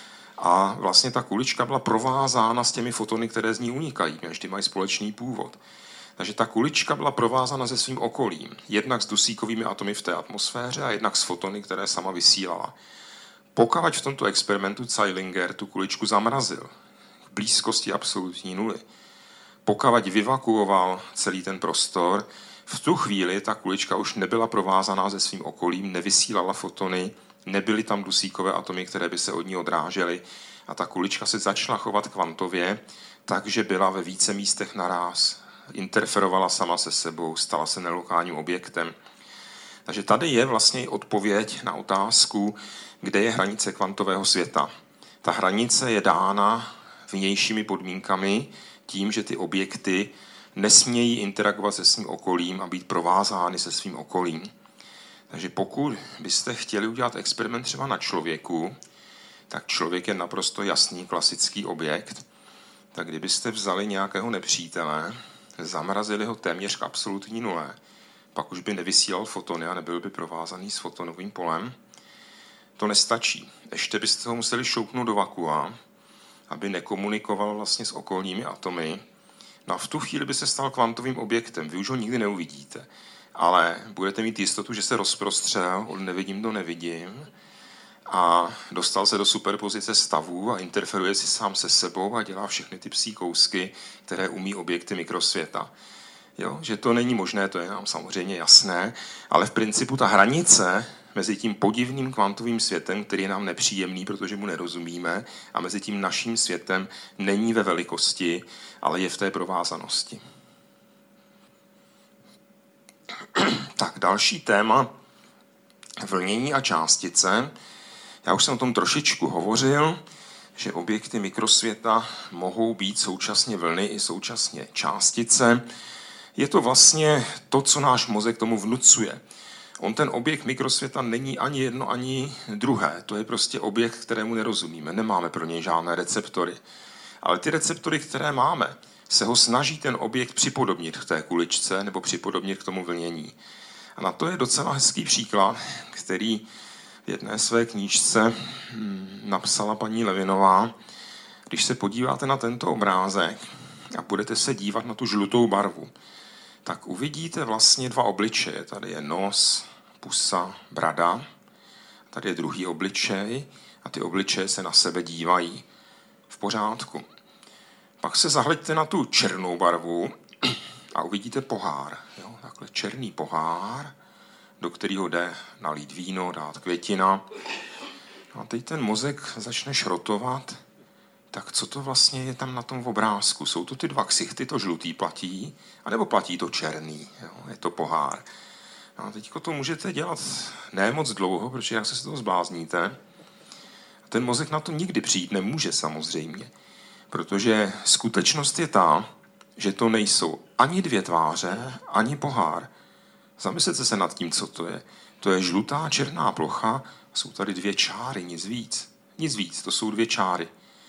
Speaker 2: A vlastně ta kulička byla provázána s těmi fotony, které z ní unikají, protože ty mají společný původ. Takže ta kulička byla provázána se svým okolím, jednak s dusíkovými atomy v té atmosféře a jednak s fotony, které sama vysílala. Pokud v tomto experimentu Zeilinger tu kuličku zamrazil v blízkosti absolutní nuly, pokud vyvakuoval celý ten prostor, v tu chvíli ta kulička už nebyla provázaná se svým okolím, nevysílala fotony, nebyly tam dusíkové atomy, které by se od ní odrážely a ta kulička se začala chovat kvantově, takže byla ve více místech naráz, interferovala sama se sebou, stala se nelokálním objektem. Takže tady je vlastně odpověď na otázku, kde je hranice kvantového světa. Ta hranice je dána vnějšími podmínkami, tím, že ty objekty nesmějí interagovat se svým okolím a být provázány se svým okolím. Takže pokud byste chtěli udělat experiment třeba na člověku, tak člověk je naprosto jasný klasický objekt, tak kdybyste vzali nějakého nepřítele, zamrazili ho téměř k absolutní nule, pak už by nevysílal fotony a nebyl by provázaný s fotonovým polem, to nestačí. Ještě byste ho museli šoupnout do vakua, aby nekomunikoval vlastně s okolními atomy. No a v tu chvíli by se stal kvantovým objektem. Vy už ho nikdy neuvidíte, ale budete mít jistotu, že se rozprostřel od nevidím do nevidím a dostal se do superpozice stavů a interferuje si sám se sebou a dělá všechny ty psí kousky, které umí objekty mikrosvěta. Jo? Že to není možné, to je nám samozřejmě jasné, ale v principu ta hranice mezi tím podivným kvantovým světem, který je nám nepříjemný, protože mu nerozumíme, a mezi tím naším světem není ve velikosti, ale je v té provázanosti. Tak, další téma, vlnění a částice. Já už jsem o tom trošičku hovořil, že objekty mikrosvěta mohou být současně vlny i současně částice. Je to vlastně to, co náš mozek tomu vnucuje. On ten objekt mikrosvěta není ani jedno, ani druhé. To je prostě objekt, kterému nerozumíme. Nemáme pro něj žádné receptory. Ale ty receptory, které máme, se ho snaží ten objekt připodobnit k té kuličce nebo připodobnit k tomu vlnění. A na to je docela hezký příklad, který v jedné své knížce napsala paní Levinová. Když se podíváte na tento obrázek a budete se dívat na tu žlutou barvu, tak uvidíte vlastně dva obličeje. Tady je nos, pusa, brada. Tady je druhý obličej a ty obličeje se na sebe dívají. V pořádku. Pak se zahleďte na tu černou barvu a uvidíte pohár. Jo? Takhle černý pohár, do kterého jde nalít víno, dát květina. A teď ten mozek začne šrotovat. Tak co to vlastně je tam na tom obrázku? Jsou to ty dva ksichty, to žlutý platí, anebo platí to černý? Jo? Je to pohár. A teďko to můžete dělat ne moc dlouho, protože jak se z toho zblázníte, ten mozek na to nikdy přijít nemůže samozřejmě. Protože skutečnost je ta, že to nejsou ani dvě tváře, ani pohár. Zamyslete se nad tím, co to je. To je žlutá černá plocha, jsou tady dvě čáry, nic víc. Nic víc, to jsou dvě čáry.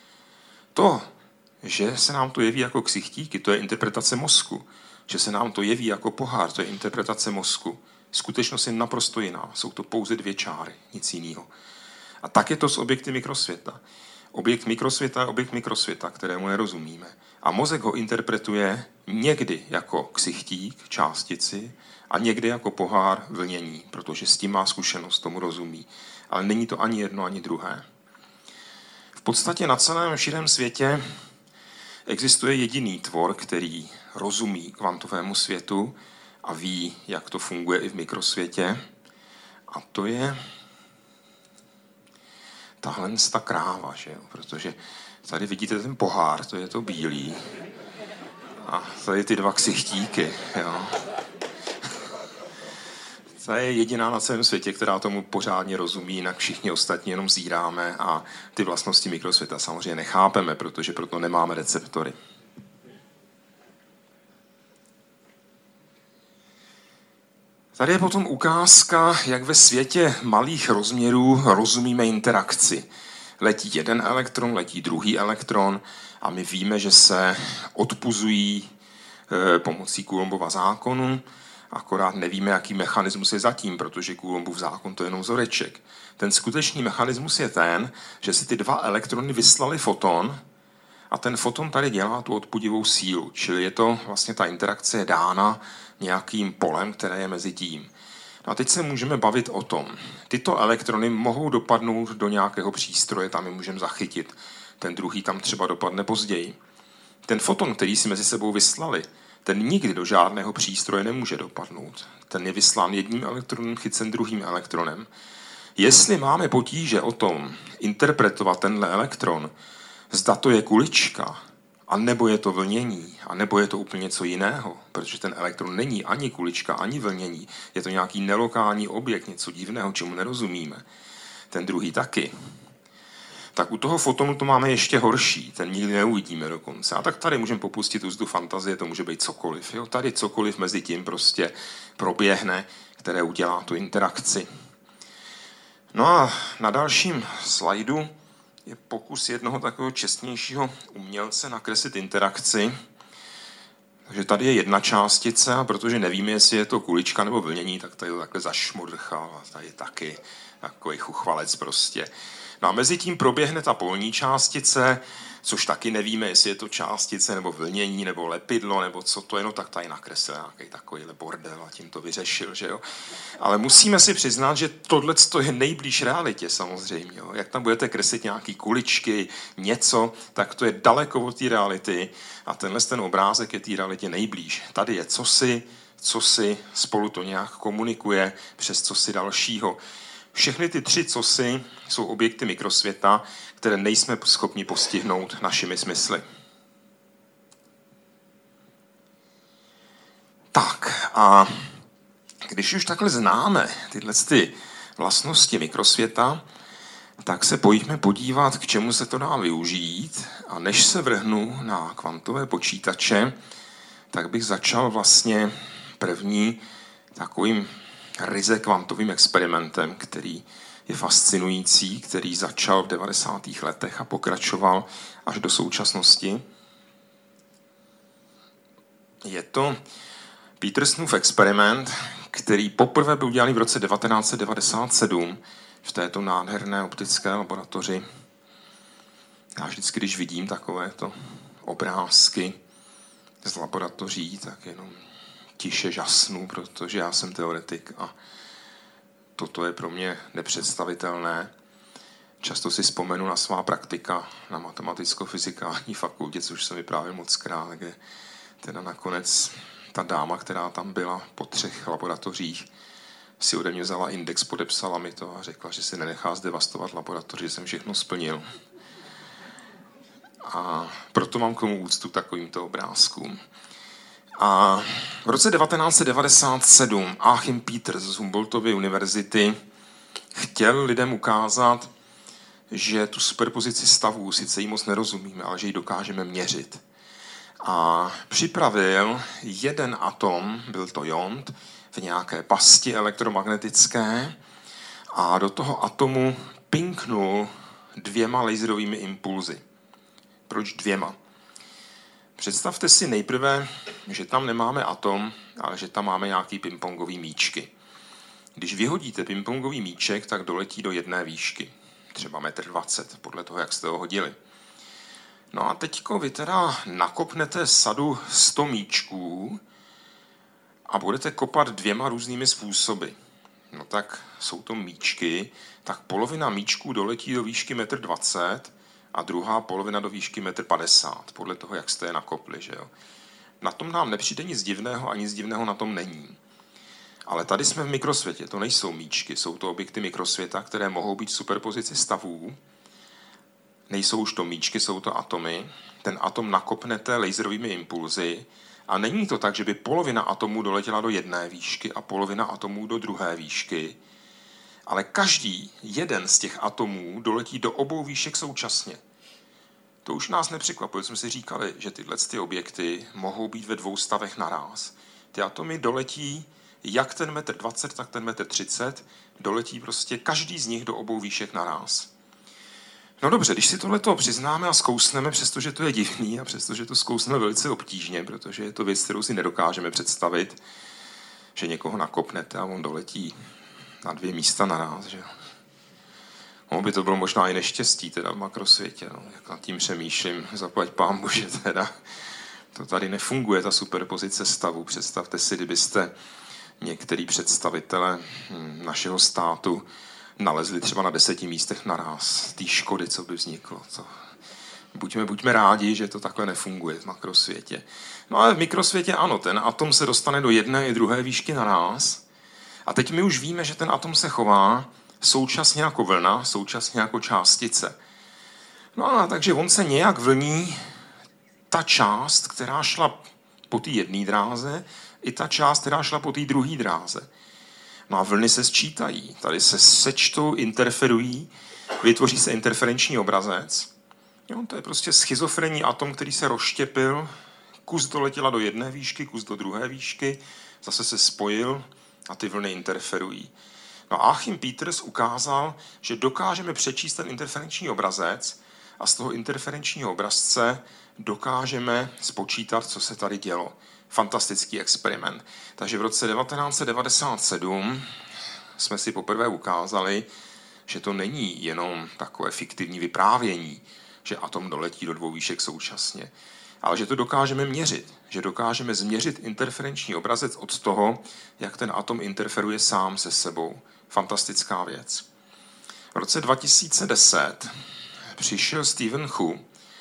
Speaker 2: To, že se nám to jeví jako ksichtíky, to je interpretace mozku. Že se nám to jeví jako pohár, to je interpretace mozku. Skutečnost je naprosto jiná. Jsou to pouze dvě čáry, nic jiného. A tak je to s objekty mikrosvěta. Objekt mikrosvěta je objekt mikrosvěta, kterému nerozumíme. A mozek ho interpretuje někdy jako ksichtík, částici, a někdy jako pohár, vlnění, protože s tím má zkušenost, tomu rozumí. Ale není to ani jedno, ani druhé. V podstatě na celém širém světě existuje jediný tvor, který rozumí kvantovému světu a ví, jak to funguje i v mikrosvětě. A to je tahle ta kráva, že jo? Protože tady vidíte ten pohár, to je to bílý. A tady ty dva ksichtíky. Jo? To je jediná na celém světě, která tomu pořádně rozumí, jinak všichni ostatní jenom zíráme a ty vlastnosti mikrosvěta samozřejmě nechápeme, protože proto nemáme receptory. Tady je potom ukázka, jak ve světě malých rozměrů rozumíme interakci. Letí jeden elektron, letí druhý elektron a my víme, že se odpuzují pomocí Coulombova zákonu, akorát nevíme, jaký mechanismus je zatím, protože Coulombův zákon to je jenom vzoreček. Ten skutečný mechanismus je ten, že si ty dva elektrony vyslali foton a ten foton tady dělá tu odpudivou sílu, čili je to vlastně ta interakce je dána nějakým polem, které je mezi tím. No a teď se můžeme bavit o tom. Tyto elektrony mohou dopadnout do nějakého přístroje, tam je můžeme zachytit. Ten druhý tam třeba dopadne později. Ten foton, který si mezi sebou vyslali, ten nikdy do žádného přístroje nemůže dopadnout. Ten je vyslán jedním elektronem, chycen druhým elektronem. Jestli máme potíže o tom interpretovat tenhle elektron, zda to je kulička, a nebo je to vlnění, a nebo je to úplně něco jiného, protože ten elektron není ani kulička, ani vlnění. Je to nějaký nelokální objekt, něco divného, čemu nerozumíme. Ten druhý taky. Tak u toho fotonu to máme ještě horší, ten nikdy neuvidíme dokonce. A tak tady můžeme popustit úzdu fantazie, to může být cokoliv. Jo? Tady cokoliv mezi tím prostě proběhne, které udělá tu interakci. No a na dalším slajdu je pokus jednoho takového čestnějšího umělce nakreslit interakci. Takže tady je jedna částice a protože nevíme, jestli je to kulička nebo vlnění, tak tady to takhle zašmodrchal a tady je taky takový chuchvalec prostě. No a mezi tím proběhne ta polní částice, což taky nevíme, jestli je to částice nebo vlnění nebo lepidlo nebo co to je, no tak tady nakreslil nějaký takovýhle bordel a tím to vyřešil, že jo. Ale musíme si přiznat, že tohle je nejblíž realitě samozřejmě, jo. Jak tam budete kreslit nějaký kuličky, něco, tak to je daleko od té reality a tenhle ten obrázek je té realitě nejblíž. Tady je cosi, cosi, spolu to nějak komunikuje přes cosi dalšího. Všechny ty tři cosi jsou objekty mikrosvěta, které nejsme schopni postihnout našimi smysly. Tak a když už takhle známe tyhle ty vlastnosti mikrosvěta, tak se pojďme podívat, k čemu se to dá využít. A než se vrhnu na kvantové počítače, tak bych začal vlastně první takovým ryze kvantovým experimentem, který je fascinující, který začal v devadesátých letech a pokračoval až do současnosti. Je to Petersonův experiment, který poprvé byl udělaný v roce devatenáct set devadesát sedm v této nádherné optické laboratoři. Já vždycky, když vidím takovéto obrázky z laboratoří, tak jenom tiše žasnu, protože já jsem teoretik a toto je pro mě nepředstavitelné. Často si vzpomenu na svá praktika na matematicko-fyzikální fakultě, což se mi právě moc krát, kde teda nakonec ta dáma, která tam byla po třech laboratořích, si ode mě vzala index, podepsala mi to a řekla, že si nenechá zdevastovat laboratoř, že jsem všechno splnil. A proto mám k tomu úctu takovýmto obrázkům. A v roce devatenáct set devadesát sedm Achim Peters z Humboldtovy univerzity chtěl lidem ukázat, že tu superpozici stavů sice jí moc nerozumíme, ale že ji dokážeme měřit. A připravil jeden atom, byl to jont, v nějaké pasti elektromagnetické a do toho atomu pinknul dvěma laserovými impulzy. Proč dvěma? Představte si nejprve, že tam nemáme atom, ale že tam máme nějaký pingpongový míčky. Když vyhodíte pingpongový míček, tak doletí do jedné výšky. Třeba metr dvacet, podle toho, jak jste ho hodili. No a teďko vy teda nakopnete sadu sto míčků a budete kopat dvěma různými způsoby. No tak jsou to míčky, tak polovina míčků doletí do výšky metr dvacet a druhá polovina do výšky metr padesát, podle toho, jak jste je nakopli. Že jo? Na tom nám nepřijde nic divného a nic divného na tom není. Ale tady jsme v mikrosvětě, to nejsou míčky, jsou to objekty mikrosvěta, které mohou být v superpozici stavů. Nejsou už to míčky, jsou to atomy. Ten atom nakopnete laserovými impulzy a není to tak, že by polovina atomů doletěla do jedné výšky a polovina atomů do druhé výšky, ale každý jeden z těch atomů doletí do obou výšek současně. To už nás nepřekvapuje, jsme si říkali, že tyhle ty objekty mohou být ve dvou stavech naráz. Ty atomy doletí jak ten metr dvacet, tak ten metr třicet, doletí prostě každý z nich do obou výšek naráz. No dobře, když si tohleto přiznáme a zkousneme, přestože to je divný a přestože to zkousneme velice obtížně, protože je to věc, kterou si nedokážeme představit, že někoho nakopnete a on doletí na dvě místa naráz, že jo. No, by to bylo možná i neštěstí teda v makrosvětě, no. Jak nad tím přemýšlím, zaplať pánbu, že teda to tady nefunguje, ta superpozice stavu. Představte si, kdybyste některý představitele našeho státu nalezli třeba na deseti místech naráz. Té škody, co by vzniklo. To... Buďme, buďme rádi, že to takhle nefunguje v makrosvětě. No ale v mikrosvětě ano, ten atom se dostane do jedné i druhé výšky naráz. A teď my už víme, že ten atom se chová současně jako vlna, současně jako částice. No a takže on se nějak vlní ta část, která šla po té jedné dráze, i ta část, která šla po té druhé dráze. No a vlny se sčítají, tady se sečtou, interferují vytvoří se interferenční obrazec. Jo, to je prostě schizofrenní atom, který se rozštěpil, kus doletěla do jedné výšky, kus do druhé výšky, zase se spojil a ty vlny interferují. No a Achim Peters ukázal, že dokážeme přečíst ten interferenční obrazec a z toho interferenčního obrazce dokážeme spočítat, co se tady dělo. Fantastický experiment. Takže v roce devatenáct set devadesát sedm jsme si poprvé ukázali, že to není jenom takové fiktivní vyprávění, že atom doletí do dvou výšek současně, ale že to dokážeme měřit, že dokážeme změřit interferenční obrazec od toho, jak ten atom interferuje sám se sebou. Fantastická věc. V roce dva tisíce deset přišel Stephen Hu,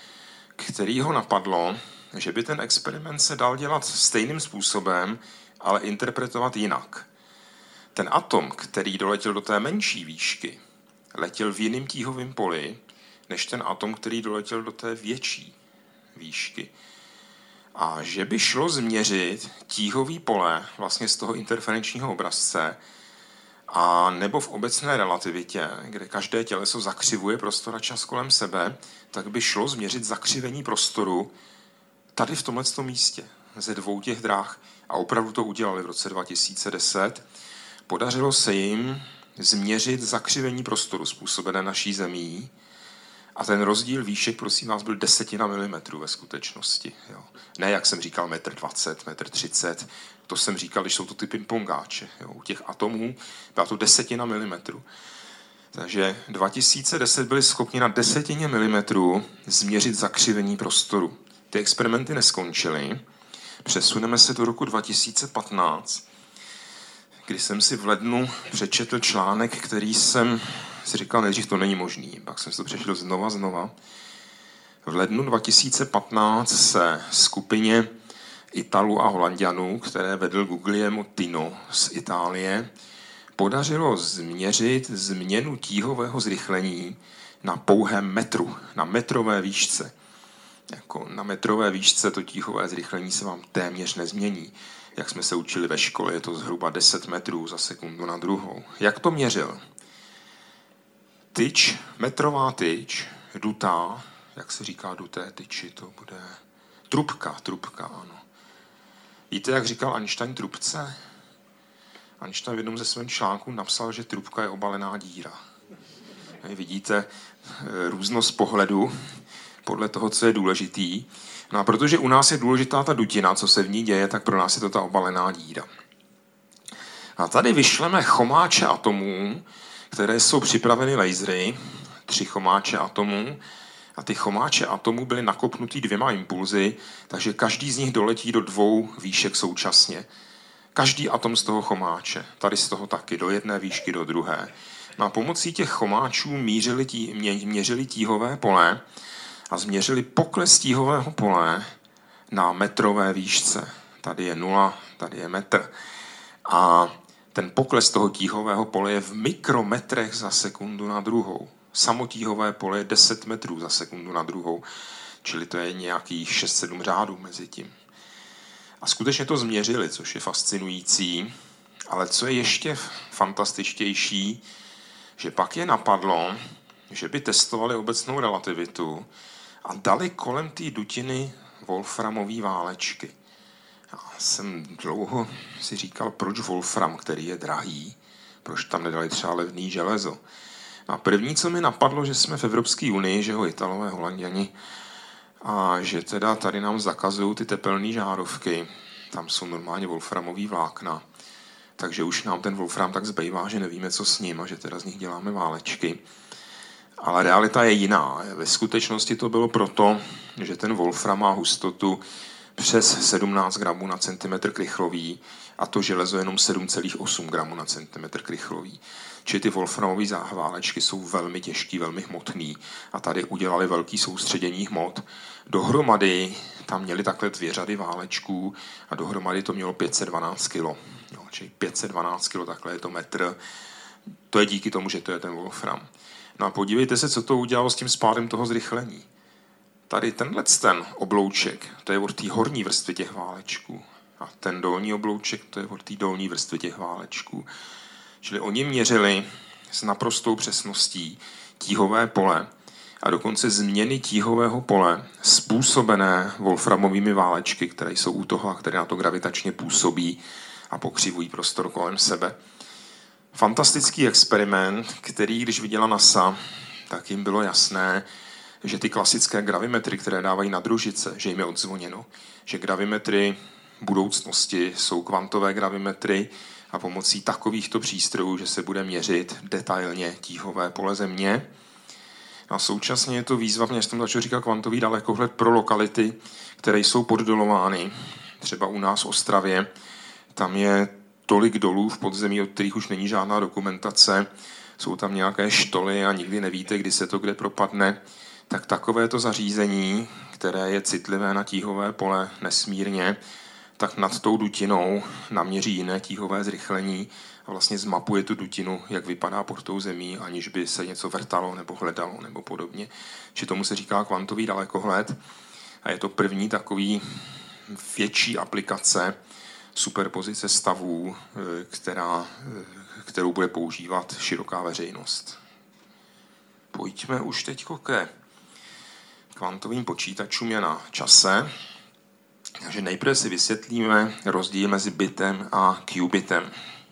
Speaker 2: který ho napadlo, že by ten experiment se dal dělat stejným způsobem, ale interpretovat jinak. Ten atom, který doletěl do té menší výšky, letěl v jiném tíhovém poli, než ten atom, který doletěl do té větší výšky. A že by šlo změřit tíhový pole vlastně z toho interferenčního obrazce, a nebo v obecné relativitě, kde každé těleso zakřivuje prostor a čas kolem sebe, tak by šlo změřit zakřivení prostoru tady v tomhletom místě, ze dvou těch dráh. A opravdu to udělali v roce dva tisíce deset. Podařilo se jim změřit zakřivení prostoru způsobené naší zemí a ten rozdíl výšek, prosím vás, byl desetina milimetru ve skutečnosti. Jo. Ne, jak jsem říkal, metr dvacet, metr třicet, to jsem říkal, když jsou to ty pingpongáče. Jo. U těch atomů byla to desetina milimetru. Takže dva tisíce deset byli schopni na desetině milimetru změřit zakřivení prostoru. Ty experimenty neskončily. Přesuneme se do roku dva tisíce patnáct, kdy jsem si v lednu přečetl článek, který jsem si říkal, nejdřív to není možný, pak jsem si to přečetl znova, znova. V lednu dva tisíce patnáct se skupině Italů a Holanďanů, které vedl Guglielmo Tino z Itálie, podařilo změřit změnu tíhového zrychlení na pouhém metru, na metrové výšce. Jako na metrové výšce to tíhové zrychlení se vám téměř nezmění. Jak jsme se učili ve škole, je to zhruba deset metrů za sekundu na druhou. Jak to měřil? Tyč, metrová tyč, dutá, jak se říká duté tyči, to bude trubka, trubka, ano. Víte, jak říkal Einstein trubce? Einstein v jednom ze svých článků napsal, že trubka je obalená díra. Vidíte různost pohledu podle toho, co je důležitý. No a protože u nás je důležitá ta dutina, co se v ní děje, tak pro nás je to ta obalená díra. A tady vyšleme chomáče atomů, které jsou připraveny lasery, tři chomáče atomů, a ty chomáče atomů byly nakopnutý dvěma impulzy, takže každý z nich doletí do dvou výšek současně. Každý atom z toho chomáče, tady z toho taky, do jedné výšky, do druhé. No a pomocí těch chomáčů mířili tí, mě, měřili tíhové pole a změřili pokles tíhového pole na metrové výšce. Tady je nula, tady je metr. A ten pokles toho tíhového pole je v mikrometrech za sekundu na druhou. Samotíhové pole je deset metrů za sekundu na druhou, čili to je nějakých šest sedm řádů mezi tím. A skutečně to změřili, což je fascinující, ale co je ještě fantastičtější, že pak je napadlo, že by testovali obecnou relativitu a dali kolem té dutiny wolframové válečky. Já jsem dlouho si říkal, proč wolfram, který je drahý, proč tam nedali třeba levný železo. A první, co mi napadlo, že jsme v Evropské unii, že ho Italové, Holanděni, a že teda tady nám zakazují ty tepelné žárovky, tam jsou normálně wolframový vlákna, takže už nám ten wolfram tak zbývá, že nevíme, co s ním a že teda z nich děláme válečky. Ale realita je jiná. Ve skutečnosti to bylo proto, že ten wolfram má hustotu přes sedmnáct gramů na centimetr krychlový a to železo jenom sedm celá osm gramů na centimetr krychlový. Čili ty wolframové válečky jsou velmi těžký, velmi hmotný a tady udělali velký soustředění hmot. Dohromady tam měli takhle dvě řady válečků a dohromady to mělo pět set dvanáct kilo. Jo, čili pět set dvanáct kilo, takhle je to metr. To je díky tomu, že to je ten wolfram. No a podívejte se, co to udělalo s tím spádem toho zrychlení. Tady tenhle ten oblouček, to je od té horní vrstvy těch válečků. A ten dolní oblouček, to je od té dolní vrstvy těch válečků. Čili oni měřili s naprostou přesností tíhové pole a dokonce změny tíhového pole způsobené wolframovými válečky, které jsou u toho a které na to gravitačně působí a pokřivují prostor kolem sebe. Fantastický experiment, který, když viděla NASA, tak jim bylo jasné, že ty klasické gravimetry, které dávají na družice, že jim je odzvoněno, že gravimetry budoucnosti jsou kvantové gravimetry a pomocí takovýchto přístrojů, že se bude měřit detailně tíhové pole Země. A současně je to výzva, mě jsem začal říkat kvantový dalekohled pro lokality, které jsou poddolovány. Třeba u nás v Ostravě, tam je tolik dolů v podzemí, od kterých už není žádná dokumentace, jsou tam nějaké štoly a nikdy nevíte, kdy se to kde propadne. Tak takovéto zařízení, které je citlivé na tíhové pole nesmírně, tak nad tou dutinou naměří jiné tíhové zrychlení a vlastně zmapuje tu dutinu, jak vypadá pod tou zemí, aniž by se něco vrtalo nebo hledalo nebo podobně. Či tomu se říká kvantový dalekohled a je to první takový větší aplikace superpozice stavů, která, kterou bude používat široká veřejnost. Pojďme už teď ke kvantovým počítačům je na čase. Takže nejprve si vysvětlíme rozdíl mezi bitem a qbitem.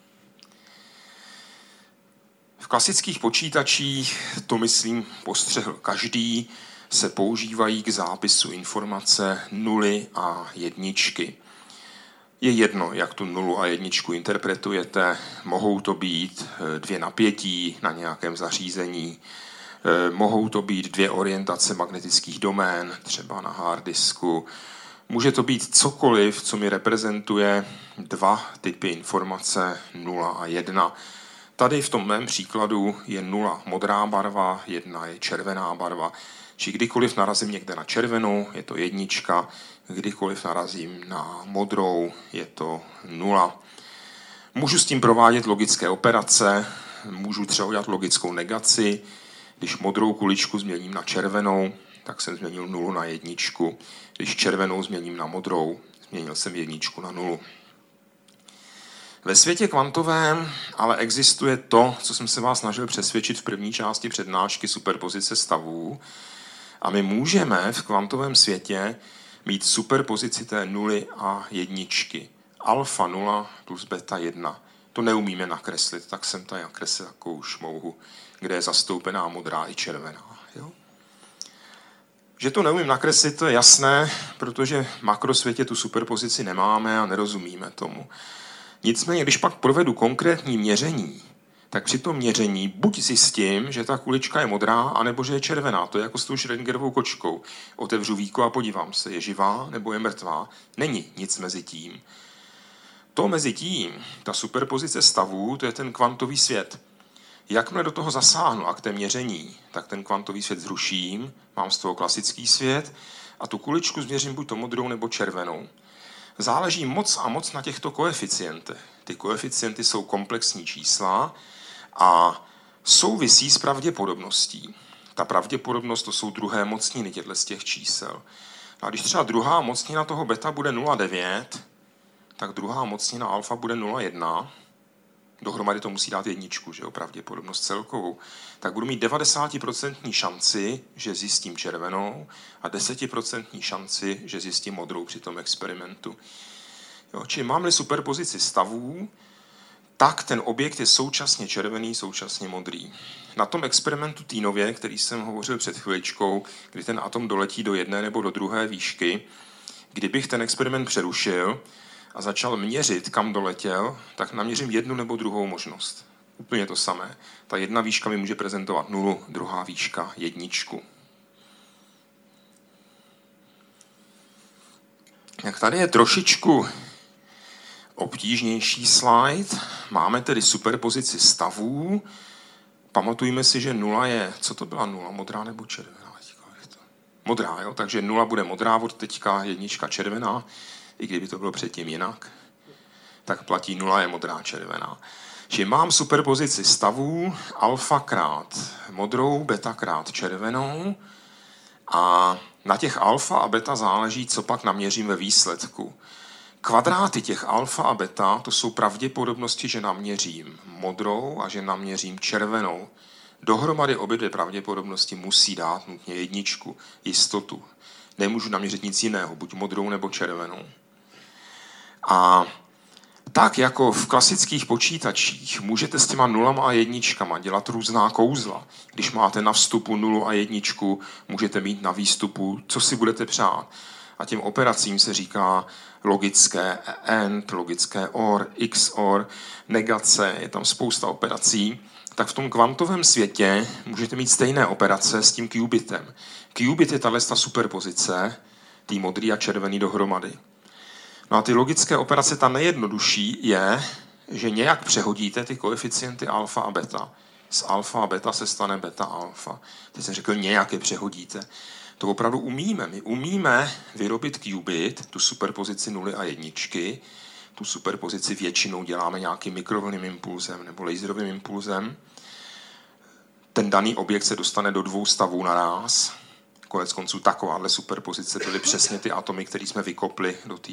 Speaker 2: V klasických počítačích, to myslím postřehl každý, se používají k zápisu informace nuly a jedničky. Je jedno, jak tu nulu a jedničku interpretujete, mohou to být dvě napětí na nějakém zařízení, mohou to být dvě orientace magnetických domén, třeba na harddisku. Může to být cokoliv, co mi reprezentuje dva typy informace nula a jedna. Tady v tom mém příkladu je nula modrá barva, jedna je červená barva. Či kdykoliv narazím někde na červenou, je to jednička, kdykoliv narazím na modrou, je to nula. Můžu s tím provádět logické operace, můžu třeba udělat logickou negaci. Když modrou kuličku změním na červenou, tak jsem změnil nulu na jedničku. Když červenou změním na modrou, změnil jsem jedničku na nulu. Ve světě kvantovém ale existuje to, co jsem se vás snažil přesvědčit v první části přednášky superpozice stavů. A my můžeme v kvantovém světě mít superpozici té nuly a jedničky. Alfa nula plus beta jedna. To neumíme nakreslit, tak jsem tady nakreslil takovou šmouhu, kde je zastoupená modrá i červená. Jo? Že to neumím nakreslit, to je jasné, protože v makrosvětě tu superpozici nemáme a nerozumíme tomu. Nicméně, když pak provedu konkrétní měření, tak při tom měření buď zjistím, že ta kulička je modrá, anebo že je červená. To je jako s tou Schrödingerovou kočkou. Otevřu víko a podívám se, je živá nebo je mrtvá. Není nic mezi tím. To mezi tím, ta superpozice stavů, to je ten kvantový svět. Jakmile do toho zasáhnu aktem měření, tak ten kvantový svět zruším, mám z toho klasický svět a tu kuličku změřím buď to modrou nebo červenou. Záleží moc a moc na těchto koeficientech. Ty koeficienty jsou komplexní čísla a souvisí s pravděpodobností. Ta pravděpodobnost to jsou druhé mocniny těchto z těch čísel. A když třeba druhá mocnina toho beta bude nula celá devět, tak druhá mocnina alfa bude nula celá jedna, dohromady to musí dát jedničku, že jo, pravděpodobnost celkovou, tak budu mít devadesát procent šanci, že zjistím červenou a deset procent šanci, že zjistím modrou při tom experimentu. Jo, čili mám-li superpozici stavů, tak ten objekt je současně červený, současně modrý. Na tom experimentu Týnově, který jsem hovořil před chviličkou, kdy ten atom doletí do jedné nebo do druhé výšky, kdybych ten experiment přerušil a začal měřit, kam doletěl, tak naměřím jednu nebo druhou možnost. Úplně to samé. Ta jedna výška mi může prezentovat nulu, druhá výška jedničku. Jak tady je trošičku obtížnější slide. Máme tedy superpozici stavů. Pamatujme si, že nula je, co to byla nula, modrá nebo červená? Modrá, jo? Takže nula bude modrá od teďka, jednička červená, i kdyby to bylo předtím jinak, tak platí nula je modrá červená. Čili mám superpozici stavů alfa krát modrou, beta krát červenou a na těch alfa a beta záleží, co pak naměřím ve výsledku. Kvadráty těch alfa a beta, to jsou pravděpodobnosti, že naměřím modrou a že naměřím červenou. Dohromady obě dvě pravděpodobnosti musí dát nutně jedničku, jistotu. Nemůžu naměřit nic jiného, buď modrou nebo červenou. A tak jako v klasických počítačích můžete s těma nulama a jedničkama dělat různá kouzla. Když máte na vstupu nulu a jedničku, můžete mít na výstupu, co si budete přát. A těm operacím se říká logické AND, logické OR, X O R, negace, je tam spousta operací. Tak v tom kvantovém světě můžete mít stejné operace s tím qbitem. Qbit je tahle superpozice, tý modrý a červený dohromady. No a ty logické operace, ta nejjednodušší je, že nějak přehodíte ty koeficienty alfa a beta. Z alfa a beta se stane beta alfa. Teď jsem řekl, nějak je přehodíte. To opravdu umíme. My umíme vyrobit qubit, tu superpozici nuly a jedničky. Tu superpozici většinou děláme nějakým mikrovlnným impulzem nebo laserovým impulzem. Ten daný objekt se dostane do dvou stavů naráz. Konec konců takováhle superpozice byly přesně ty atomy, které jsme vykopli do té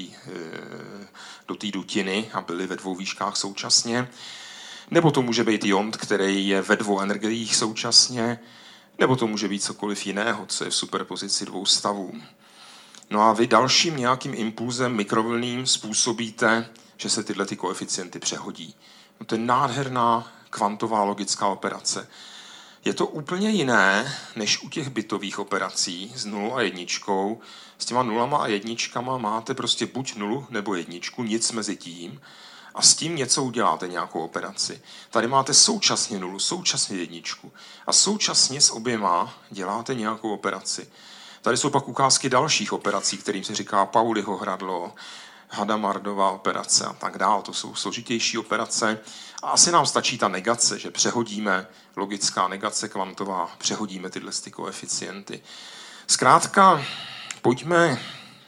Speaker 2: do té dutiny a byly ve dvou výškách současně. Nebo to může být jont, který je ve dvou energiích současně, nebo to může být cokoliv jiného, co je v superpozici dvou stavů. No a vy dalším nějakým impulzem mikrovlnným způsobíte, že se tyhle ty koeficienty přehodí. No to je nádherná kvantová logická operace. Je to úplně jiné, než u těch bitových operací s nulou a jedničkou. S těma nulama a jedničkama máte prostě buď nulu nebo jedničku, nic mezi tím. A s tím něco uděláte, nějakou operaci. Tady máte současně nulu, současně jedničku. A současně s oběma děláte nějakou operaci. Tady jsou pak ukázky dalších operací, kterým se říká Pauliho hradlo, Hadamardova operace a tak dál. To jsou složitější operace. A asi nám stačí ta negace, že přehodíme, logická negace kvantová, přehodíme tyhle ty koeficienty. Zkrátka, pojďme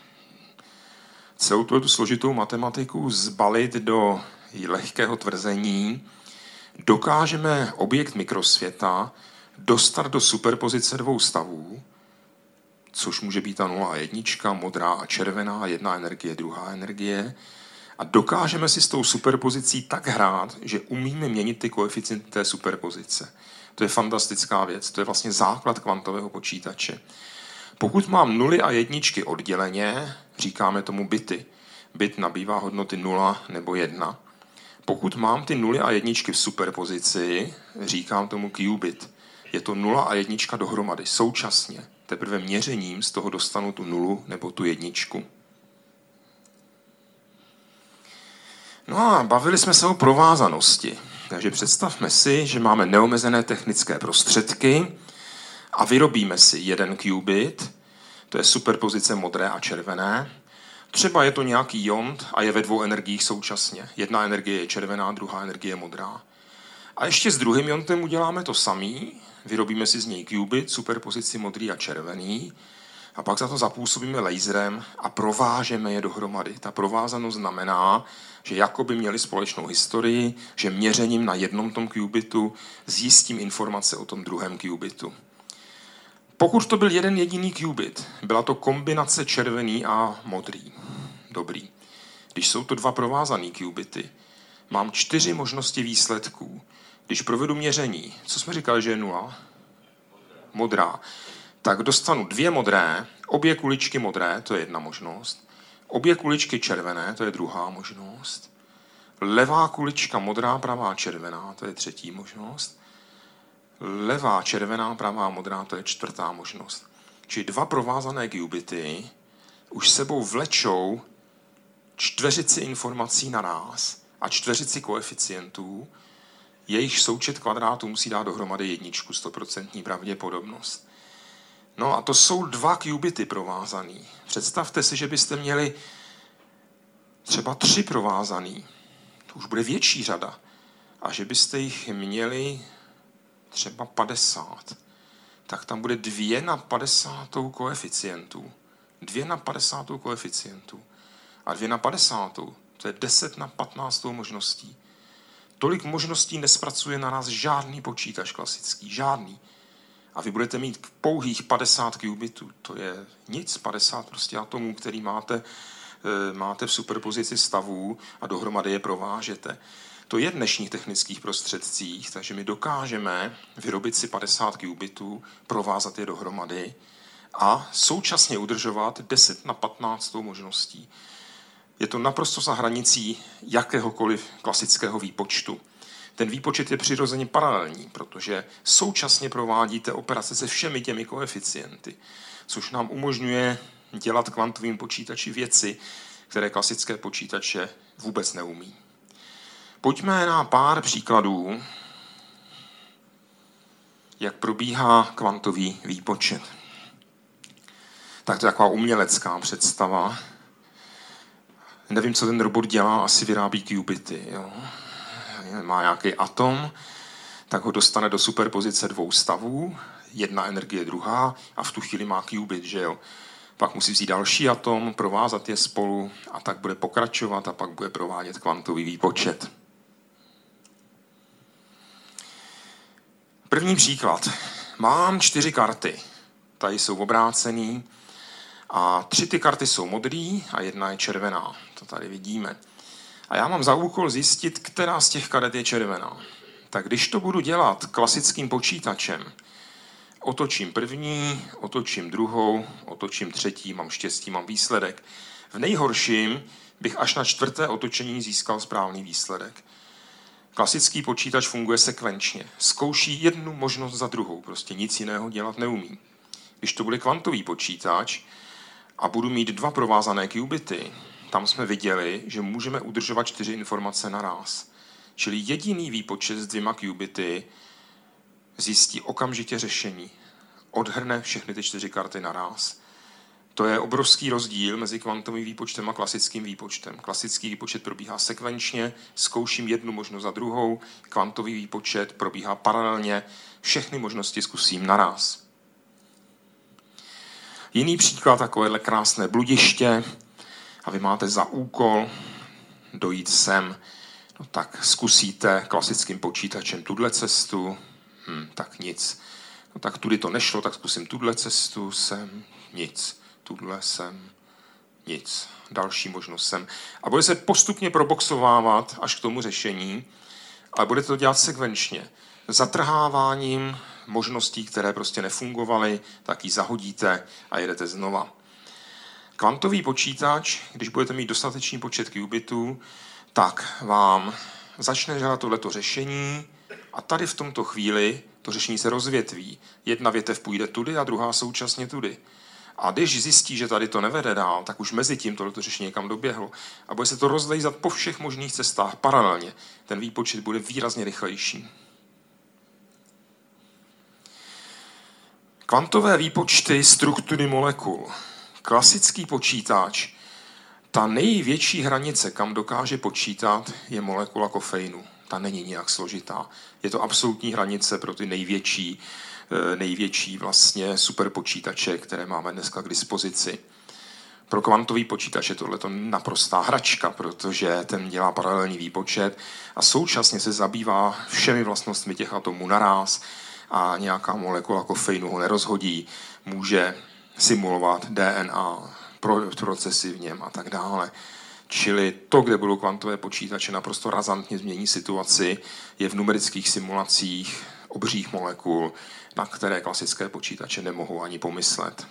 Speaker 2: celou tu složitou matematiku zbalit do lehkého tvrzení. Dokážeme objekt mikrosvěta dostat do superpozice dvou stavů, což může být ta nula a jednička, modrá a červená, jedna energie, druhá energie. A dokážeme si s tou superpozicí tak hrát, že umíme měnit ty koeficienty té superpozice. To je fantastická věc, to je vlastně základ kvantového počítače. Pokud mám nuly a jedničky odděleně, říkáme tomu bity. Bit nabývá hodnoty nula nebo jedna. Pokud mám ty nuly a jedničky v superpozici, říkám tomu qubit. Je to nula a jednička dohromady, současně. Teprve měřením z toho dostanu tu nulu nebo tu jedničku. No a bavili jsme se o provázanosti. Takže představme si, že máme neomezené technické prostředky a vyrobíme si jeden qubit, to je superpozice modré a červené. Třeba je to nějaký jont a je ve dvou energiích současně. Jedna energie je červená, druhá energie je modrá. A ještě s druhým jontem uděláme to samý, vyrobíme si z něj qubit, superpozici modrý a červený, a pak za to zapůsobíme laserem a provážeme je dohromady. Ta provázanost znamená, že jakoby měli společnou historii, že měřením na jednom tom qbitu zjistím informace o tom druhém qbitu. Pokud to byl jeden jediný qubit, byla to kombinace červený a modrý. Dobrý. Když jsou to dva provázaný qubity, mám čtyři možnosti výsledků. Když provedu měření, co jsme říkali, že je nula? Modrá. Tak dostanu dvě modré, obě kuličky modré, to je jedna možnost. Obě kuličky červené, to je druhá možnost. Levá kulička modrá, pravá červená, to je třetí možnost. Levá červená, pravá modrá, to je čtvrtá možnost. Čili dva provázané qubity už sebou vlečou čtveřici informací naráz a čtveřici koeficientů, jejich součet kvadrátů musí dát dohromady jedničku, sto procent pravděpodobnost. No a to jsou dva qubity provázaný. Představte si, že byste měli třeba tři provázaný. To už bude větší řada. A že byste jich měli třeba padesát. Tak tam bude dvě na padesátou koeficientů. Dvě na padesátou koeficientů. A dvě na padesátou, to je deset na patnáctou možností. Tolik možností nespracuje na nás žádný počítač klasický. Žádný. A vy budete mít pouhých padesát qubitů. To je nic, padesát prostě atomů, který máte, máte v superpozici stavů a dohromady je provážete. To je v dnešních technických prostředcích, takže my dokážeme vyrobit si padesát qubitů, provázat je dohromady a současně udržovat deset na patnáct možností. Je to naprosto za hranicí jakéhokoliv klasického výpočtu. Ten výpočet je přirozeně paralelní, protože současně provádíte operace se všemi těmi koeficienty, což nám umožňuje dělat kvantovým počítači věci, které klasické počítače vůbec neumí. Pojďme na pár příkladů, jak probíhá kvantový výpočet. Tak to je taková umělecká představa. Nevím, co ten robot dělá, asi vyrábí qubity. Jo? Má nějaký atom, tak ho dostane do superpozice dvou stavů, jedna energie, druhá, a v tu chvíli má qubit, že jo. Pak musí vzít další atom, provázat je spolu a tak bude pokračovat a pak bude provádět kvantový výpočet. První příklad. Mám čtyři karty. Tady jsou obrácený a tři ty karty jsou modrý a jedna je červená. To tady vidíme. A já mám za úkol zjistit, která z těch karet je červená. Tak když to budu dělat klasickým počítačem, otočím první, otočím druhou, otočím třetí, mám štěstí, mám výsledek. V nejhorším bych až na čtvrté otočení získal správný výsledek. Klasický počítač funguje sekvenčně. Zkouší jednu možnost za druhou, prostě nic jiného dělat neumí. Když to bude kvantový počítač a budu mít dva provázané qubity, tam jsme viděli, že můžeme udržovat čtyři informace naráz. Čili jediný výpočet s dvěma qubity zjistí okamžitě řešení. Odhrne všechny ty čtyři karty naráz. To je obrovský rozdíl mezi kvantovým výpočtem a klasickým výpočtem. Klasický výpočet probíhá sekvenčně, zkouším jednu možnost za druhou, kvantový výpočet probíhá paralelně, všechny možnosti zkusím naráz. Jiný příklad, takovéhle krásné bludiště, a vy máte za úkol dojít sem, no tak zkusíte klasickým počítačem tuhle cestu, hm, tak nic. No tak tudy to nešlo, tak zkusím tuhle cestu, sem, nic. Tuhle sem, nic. Další možnost sem. A bude se postupně proboxovávat až k tomu řešení, ale budete to dělat sekvenčně. Zatrháváním možností, které prostě nefungovaly, tak ji zahodíte a jedete znova. Kvantový počítač, když budete mít dostatečný počet qubitů, tak vám začne dělat tohleto řešení a tady v tomto chvíli to řešení se rozvětví. Jedna větev půjde tudy a druhá současně tudy. A když zjistí, že tady to nevede dál, tak už mezi tím tohleto řešení někam doběhlo a bude se to rozlejzat po všech možných cestách paralelně. Ten výpočet bude výrazně rychlejší. Kvantové výpočty struktury molekul. Klasický počítač, ta největší hranice, kam dokáže počítat, je molekula kofeinu. Ta není nijak složitá. Je to absolutní hranice pro ty největší, největší vlastně superpočítače, které máme dneska k dispozici. Pro kvantový počítač je tohleto naprostá hračka, protože ten dělá paralelní výpočet a současně se zabývá všemi vlastnostmi těch atomů naráz a nějaká molekula kofeinu ho nerozhodí, může simulovat D N A, procesy v něm a tak dále. Čili to, kde budou kvantové počítače naprosto razantně změní situaci, je v numerických simulacích obřích molekul, na které klasické počítače nemohou ani pomyslet.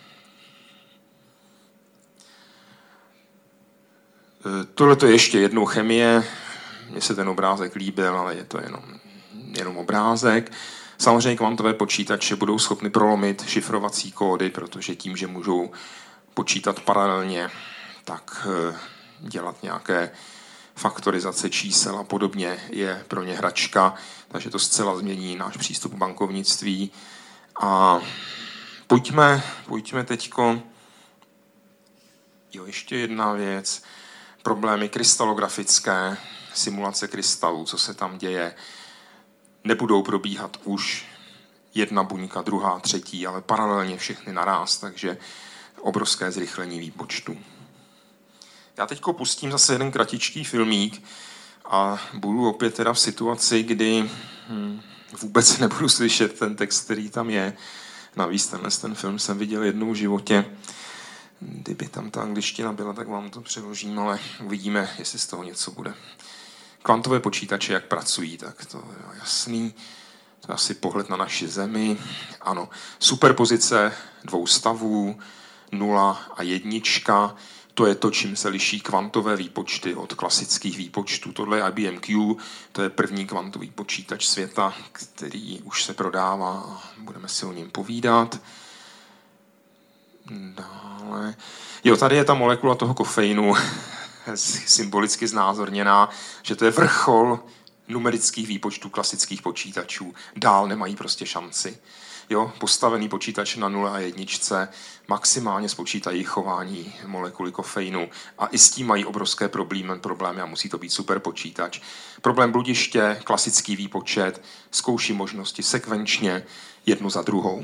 Speaker 2: Tohle je ještě jednou chemie. Mně se ten obrázek líbil, ale je to jenom, jenom obrázek. Samozřejmě kvantové počítače budou schopny prolomit šifrovací kódy, protože tím, že můžou počítat paralelně, tak dělat nějaké faktorizace čísel a podobně je pro ně hračka, takže to zcela změní náš přístup k bankovnictví. A pojďme, pojďme teďko, jo, ještě jedna věc, problémy krystalografické, simulace krystalů, co se tam děje, nebudou probíhat už jedna buňka, druhá, třetí, ale paralelně všechny naráz, takže obrovské zrychlení výpočtu. Já teďko pustím zase jeden kratičký filmík a budu opět teda v situaci, kdy hm, vůbec nebudu slyšet ten text, který tam je. Navíc tenhle ten film jsem viděl jednou v životě. Kdyby tam ta angličtina byla, tak vám to přeložím, ale uvidíme, jestli z toho něco bude. Kvantové počítače, jak pracují, tak to je jasný. To je asi pohled na naši Zemi. Ano, superpozice dvou stavů, nula a jednička, to je to, čím se liší kvantové výpočty od klasických výpočtů. Tohle je I B M Q, to je první kvantový počítač světa, který už se prodává a budeme si o něm povídat. Dále. Jo, tady je ta molekula toho kofeinu, symbolicky znázorněná, že to je vrchol numerických výpočtů klasických počítačů. Dál nemají prostě šanci. Jo, postavený počítač na nule a jedničce maximálně spočítají chování molekuly kofeinu a i s tím mají obrovské problémy, problémy a musí to být super počítač. Problém bludiště, klasický výpočet, zkouší možnosti sekvenčně jednu za druhou.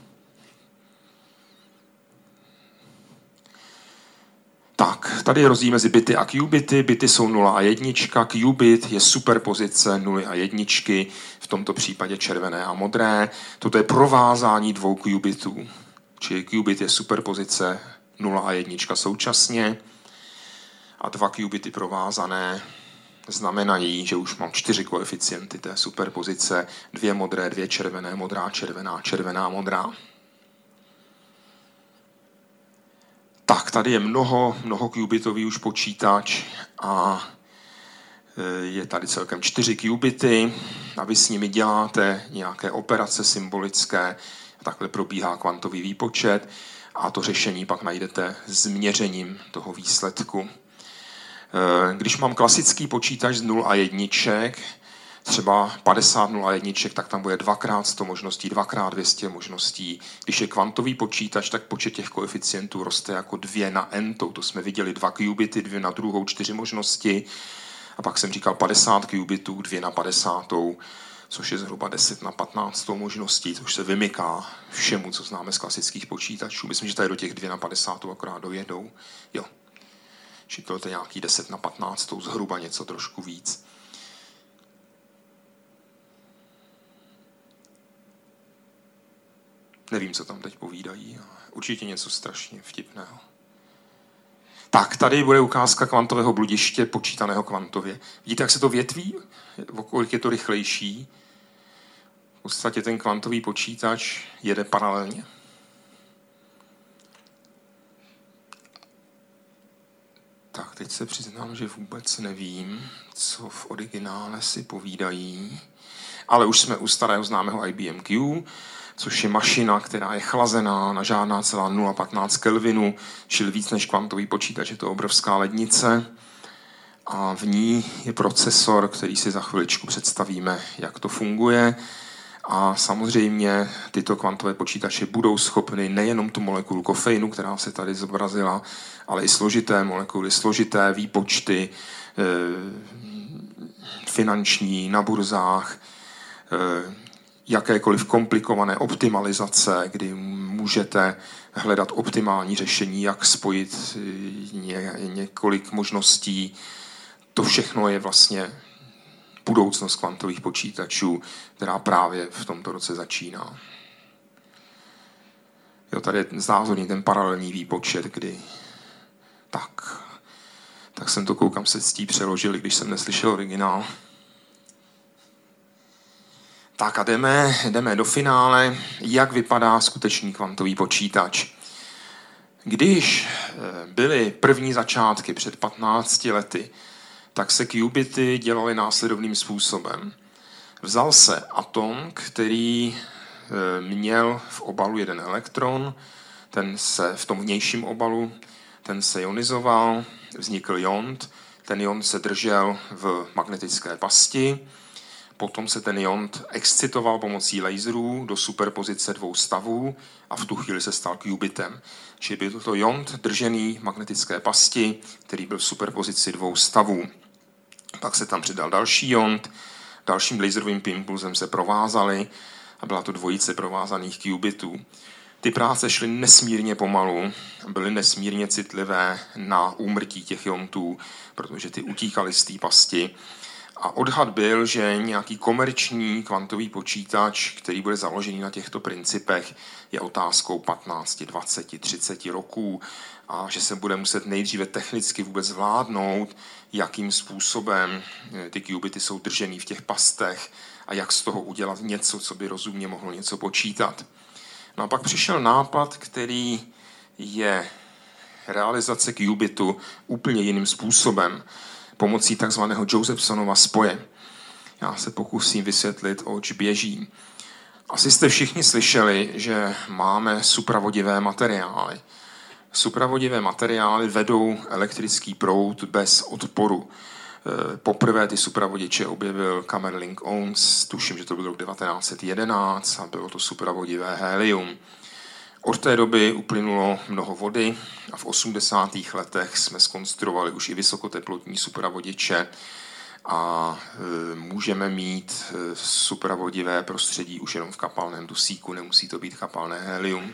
Speaker 2: Tak, tady je rozdíl mezi bity a qubity. Bity jsou nula a jednička, qubit je superpozice nuly a jedničky, v tomto případě červené a modré. Toto je provázání dvou qubitů, čili qubit je superpozice nula a jednička současně a dva qubity provázané znamenají, že už mám čtyři koeficienty té superpozice, dvě modré, dvě červené, modrá, červená, červená, modrá. Tak, tady je mnoho, mnoho qubitový už počítač a je tady celkem čtyři qubity a vy s nimi děláte nějaké operace symbolické, takhle probíhá kvantový výpočet a to řešení pak najdete s měřením toho výsledku. Když mám klasický počítač z nul a jedniček, třeba padesát nul a jedniček, tak tam bude dvakrát sto možností, dvakrát dvě stě možností. Když je kvantový počítač, tak počet těch koeficientů roste jako dvě na n. To jsme viděli dva qubity, dvě na druhou, čtyři možnosti. A pak jsem říkal padesát qubitů, dvě na padesátou, což je zhruba deset na patnáctou možností, což se vymyká všemu, co známe z klasických počítačů. Myslím, že tady do těch dvě na padesátou akorát dojedou. Jo. Či to je nějaký deset na patnáctou, zhruba něco trošku víc. Nevím, co tam teď povídají, ale určitě něco strašně vtipného. Tak, tady bude ukázka kvantového bludiště, počítaného kvantově. Vidíte, jak se to větví? O kolik je to rychlejší? V podstatě ten kvantový počítač jede paralelně. Tak, teď se přiznám, že vůbec nevím, co v originále si povídají, ale už jsme u starého známého I B M Q, což je mašina, která je chlazená na žádná celá nula celá patnáct kelvinů, čili víc než kvantový počítač, je to obrovská lednice. A v ní je procesor, který si za chviličku představíme, jak to funguje. A samozřejmě tyto kvantové počítače budou schopny nejenom tu molekulu kofeinu, která se tady zobrazila, ale i složité molekuly, složité výpočty, finanční na burzách, jakékoliv komplikované optimalizace, kdy můžete hledat optimální řešení, jak spojit ně, několik možností. To všechno je vlastně budoucnost kvantových počítačů, která právě v tomto roce začíná. Jo, tady je znázorný ten paralelní výpočet, kdy tak, tak jsem to koukám se ctí přeložil, když jsem neslyšel originál. Tak a jdeme, jdeme do finále, jak vypadá skutečný kvantový počítač. Když byly první začátky před patnácti lety, tak se qubity dělaly následovným způsobem. Vzal se atom, který měl v obalu jeden elektron, ten se v tom vnějším obalu, ten se ionizoval, vznikl iont, ten iont se držel v magnetické pasti, potom se ten iont excitoval pomocí laserů do superpozice dvou stavů a v tu chvíli se stal qubitem. Čili byl to iont držený v magnetické pasti, který byl v superpozici dvou stavů. Pak se tam přidal další iont, dalším laserovým impulzem se provázali a byla to dvojice provázaných qubitů. Ty práce šly nesmírně pomalu, byly nesmírně citlivé na úmrtí těch iontů, protože ty utíkaly z té pasti A odhad byl, že nějaký komerční kvantový počítač, který bude založený na těchto principech, je otázkou patnáct, dvacet, třicet roků a že se bude muset nejdříve technicky vůbec zvládnout, jakým způsobem ty qubity jsou držený v těch pastech a jak z toho udělat něco, co by rozumně mohlo něco počítat. No a pak přišel nápad, který je realizace qubitu úplně jiným způsobem, pomocí takzvaného Josephsonova spoje. Já se pokusím vysvětlit, oč běží. Asi jste všichni slyšeli, že máme supravodivé materiály. Supravodivé materiály vedou elektrický proud bez odporu. Poprvé ty supravodiče objevil Kamerlingh Onnes, tuším, že to byl rok devatenáct set jedenáct a bylo to supravodivé helium. Od té doby uplynulo mnoho vody a v osmdesátých letech jsme zkonstruovali už i vysokoteplotní supravodiče a e, můžeme mít e, supravodivé prostředí už jenom v kapalném dusíku, nemusí to být kapalné helium.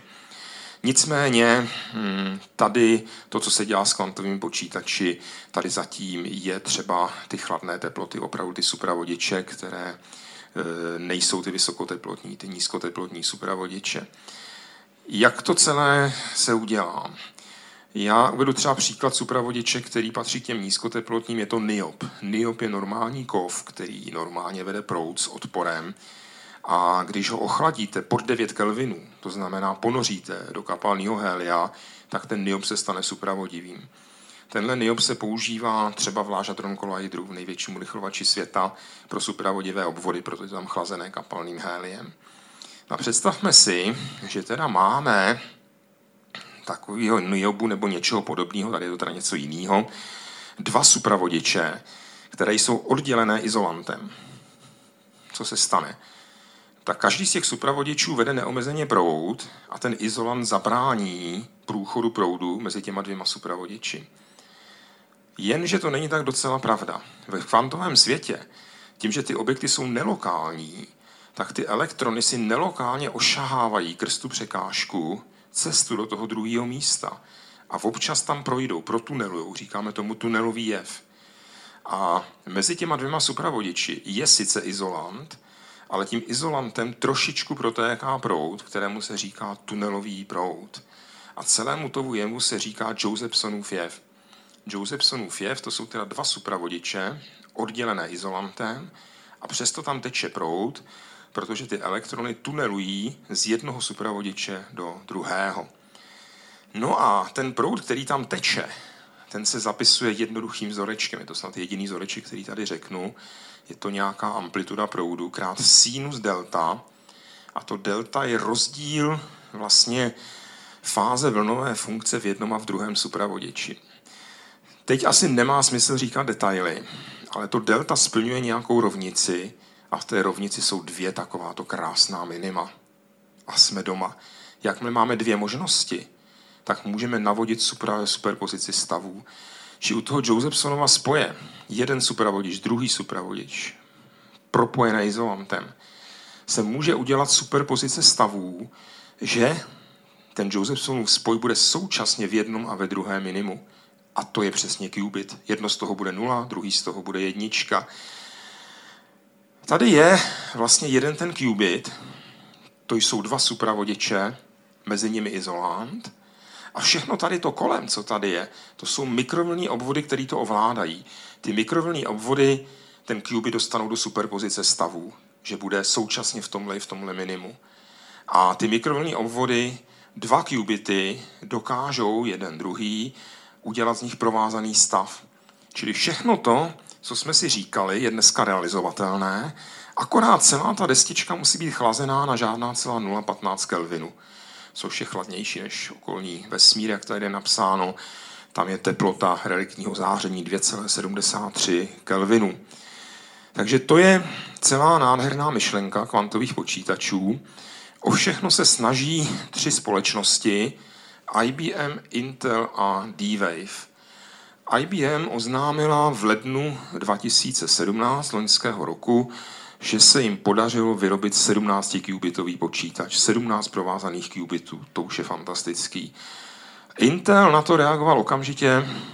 Speaker 2: Nicméně tady to, co se dělá s kvantovými počítači, tady zatím je třeba ty chladné teploty, opravdu ty supravodiče, které nejsou ty vysokoteplotní, ty nízkoteplotní supravodiče. Jak to celé se udělá? Já uvedu třeba příklad supravodiče, který patří k těm nízkoteplotním, je to niop. Niop je normální kov, který normálně vede proud s odporem. A když ho ochladíte pod devět kelvinů, to znamená ponoříte do kapalného helia, tak ten niop se stane supravodivým. Tenhle niop se používá třeba v Large Hadron Collideru, v největším urychlovači světa, pro supravodivé obvody, protože je tam chlazené kapalným heliem. A představme si, že teda máme takového niobu nebo něčeho podobného, tady je to teda něco jiného, dva supravodiče, které jsou oddělené izolantem. Co se stane? Tak každý z těch supravodičů vede neomezeně proud a ten izolant zabrání průchodu proudu mezi těma dvěma supravodiči. Jenže to není tak docela pravda. Ve kvantovém světě, tím, že ty objekty jsou nelokální, tak ty elektrony si nelokálně ošahávají krz tu překážku cestu do toho druhého místa. A občas tam projdou, protunelujou, říkáme tomu tunelový jev. A mezi těma dvěma supravodiči je sice izolant, ale tím izolantem trošičku protéká proud, kterému se říká tunelový proud. A celému tomu jemu se říká Josephsonův jev. Josephsonův jev, to jsou teda dva supravodiče, oddělené izolantem, a přesto tam teče proud, protože ty elektrony tunelují z jednoho supravodiče do druhého. No a ten proud, který tam teče, ten se zapisuje jednoduchým vzorečkem. Je to snad jediný vzoreček, který tady řeknu. Je to nějaká amplituda proudu krát sinus delta. A to delta je rozdíl vlastně fáze vlnové funkce v jednom a v druhém supravodiči. Teď asi nemá smysl říkat detaily, ale to delta splňuje nějakou rovnici a v té rovnici jsou dvě takováto krásná minima. A jsme doma. Jakmile máme dvě možnosti, tak můžeme navodit super, superpozici stavů. Či u toho Josephsonova spoje, jeden supravodič, druhý supravodič, propojený izolantem, se může udělat superpozice stavů, že ten Josephsonův spoj bude současně v jednom a ve druhém minimu. A to je přesně qubit. Jedno z toho bude nula, druhý z toho bude jednička. Tady je vlastně jeden ten qubit, to jsou dva supravodiče, mezi nimi izolant, a všechno tady to kolem, co tady je, to jsou mikrovlnné obvody, které to ovládají. Ty mikrovlnné obvody ten qubit dostanou do superpozice stavů, že bude současně v tomhle i v tomhle minimu. A ty mikrovlnné obvody, dva qubity, dokážou jeden druhý udělat z nich provázaný stav. Čili všechno to, co jsme si říkali, je dneska realizovatelné, akorát celá ta destička musí být chlazená na žádná celá nula celá patnáct kelvinu, což je chladnější než okolní vesmír, jak tady je napsáno. Tam je teplota reliktního záření dvě celá sedmdesát tři kelvinu. Takže to je celá nádherná myšlenka kvantových počítačů. O všechno se snaží tři společnosti, I B M, Intel a D-Wave. I B M oznámila v lednu dva tisíce sedmnáct loňského roku, že se jim podařilo vyrobit sedmnáctikubitový počítač, sedmnáct provázaných qubitů, to už je fantastický. Intel na to reagoval okamžitě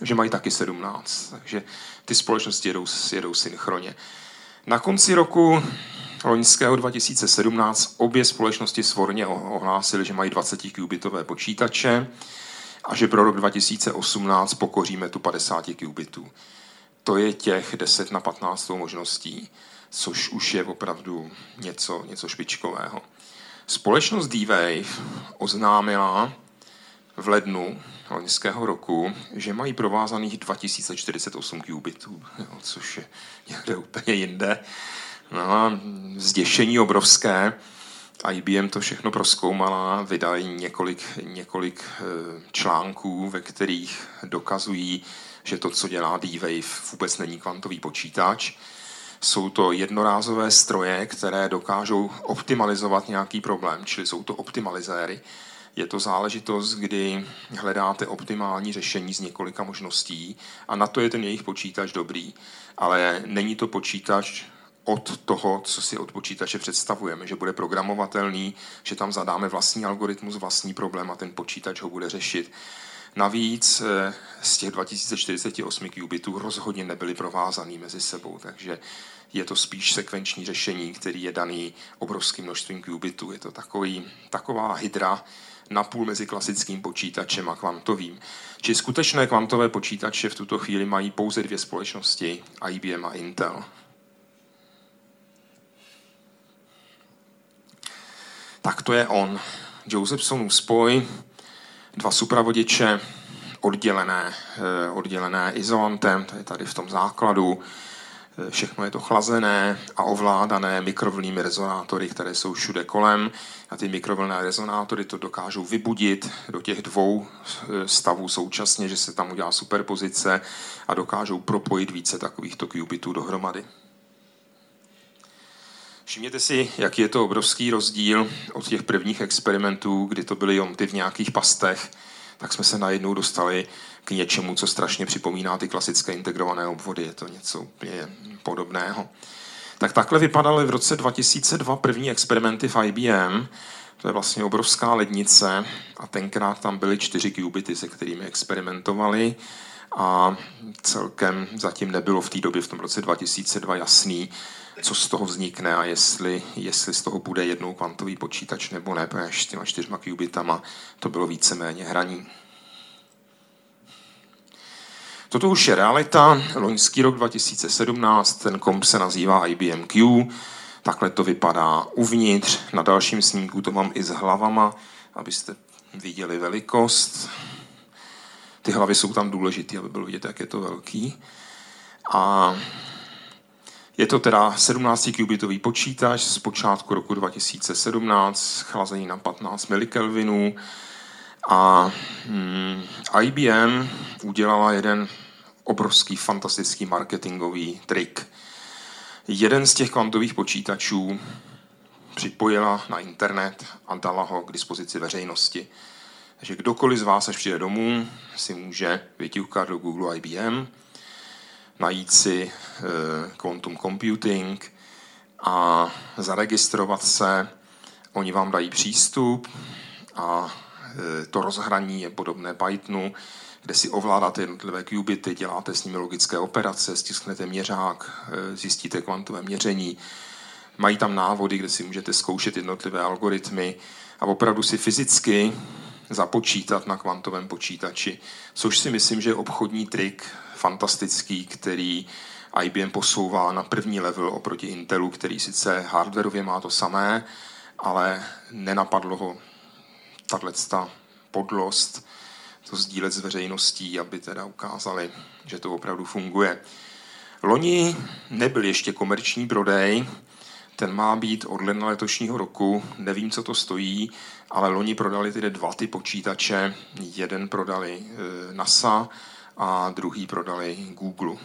Speaker 2: že mají taky sedmnáct. Takže ty společnosti jedou, jedou synchronně. Na konci roku loňského dva tisíce sedmnáct obě společnosti svorně ohlásily, že mají dvacetikubitové počítače a že pro rok dva tisíce osmnáct pokoříme tu padesát kubitů. To je těch deset na patnáct možností, což už je opravdu něco, něco špičkového. Společnost D-Wave oznámila v lednu loňského roku, že mají provázaných dva tisíce čtyřicet osm qubitů, což je někde úplně jinde. No, zděšení obrovské. I B M to všechno prozkoumala, vydali několik, několik článků, ve kterých dokazují, že to, co dělá D-Wave, vůbec není kvantový počítač. Jsou to jednorázové stroje, které dokážou optimalizovat nějaký problém, čili jsou to optimalizéry. Je to záležitost, kdy hledáte optimální řešení z několika možností a na to je ten jejich počítač dobrý. Ale není to počítač od toho, co si od počítače představujeme, že bude programovatelný, že tam zadáme vlastní algoritmus, vlastní problém a ten počítač ho bude řešit. Navíc z těch dva tisíce čtyřicet osm qubitů rozhodně nebyly provázaný mezi sebou, takže je to spíš sekvenční řešení, který je daný obrovským množstvím qubitů. Je to takový, taková hydra napůl mezi klasickým počítačem a kvantovým. Či skutečné kvantové počítače v tuto chvíli mají pouze dvě společnosti, I B M a Intel. Tak to je on. Josephsonův spoj, dva supravodiče, oddělené, oddělené izolantem, to je tady v tom základu. Všechno je to chlazené a ovládané mikrovlnými rezonátory, které jsou všude kolem. A ty mikrovlnné rezonátory to dokážou vybudit do těch dvou stavů současně, že se tam udělá superpozice a dokážou propojit více takovýchto qubitů dohromady. Všimněte si, jaký je to obrovský rozdíl od těch prvních experimentů, kdy to byly jonty v nějakých pastech, tak jsme se najednou dostali k něčemu, co strašně připomíná ty klasické integrované obvody. Je to něco úplně podobného. Tak takhle vypadaly v roce dva tisíce dva první experimenty v I B M. To je vlastně obrovská lednice a tenkrát tam byly čtyři qubity, se kterými experimentovali. A celkem zatím nebylo v té době, v tom roce dva tisíce dva, jasný, co z toho vznikne a jestli, jestli z toho bude jednou kvantový počítač nebo ne, protože s těma čtyřma qubitama to bylo víceméně hraní. Toto už je realita. Loňský rok dva tisíce sedmnáct, ten komp se nazývá I B M Q. Takhle to vypadá uvnitř. Na dalším snímku to mám i s hlavama, abyste viděli velikost. Ty hlavy jsou tam důležité, aby bylo vidět, jak je to velký. A je to teda sedmnáctikubitový počítač z počátku roku dva tisíce sedmnáct, chlazený na patnáct milikelvinů. A hmm, I B M udělala jeden obrovský, fantastický marketingový trik. Jeden z těch kvantových počítačů připojila na internet a dala ho k dispozici veřejnosti. Takže kdokoliv z vás, až přijde domů, si může vyťukat do Google I B M, najít si quantum computing a zaregistrovat se. Oni vám dají přístup a to rozhraní je podobné Pythonu, kde si ovládáte jednotlivé qubity, děláte s nimi logické operace, stisknete měřák, zjistíte kvantové měření. Mají tam návody, kde si můžete zkoušet jednotlivé algoritmy a opravdu si fyzicky započítat na kvantovém počítači, což si myslím, že je obchodní trik fantastický, který I B M posouvá na první level oproti Intelu, který sice hardwarově má to samé, ale nenapadlo ho tato podlost, to sdílet s veřejností, aby teda ukázali, že to opravdu funguje. Loni nebyl ještě komerční prodej, ten má být od ledna letošního roku, nevím, co to stojí, ale loni prodali tedy dva ty počítače, jeden prodali NASA a druhý prodali Google.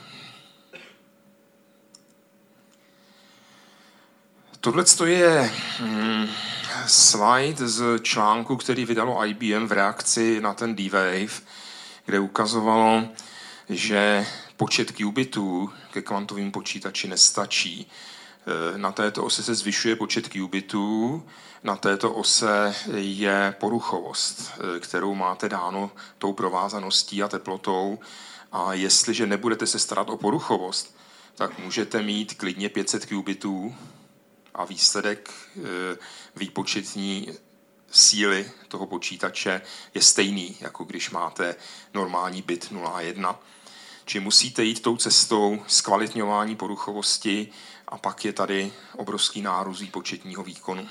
Speaker 2: Tohle je hmm, slide z článku, který vydalo I B M v reakci na ten D-Wave, kde ukazovalo, že počet qubitů ke kvantovým počítači nestačí. Na této ose se zvyšuje počet qubitů, na této ose je poruchovost, kterou máte dáno tou provázaností a teplotou A jestliže nebudete se starat o poruchovost, tak můžete mít klidně pět set qubitů a výsledek výpočetní síly toho počítače je stejný, jako když máte normální bit nula a jedna. Či musíte jít tou cestou zkvalitňování poruchovosti a pak je tady obrovský nárůst výpočetního výkonu.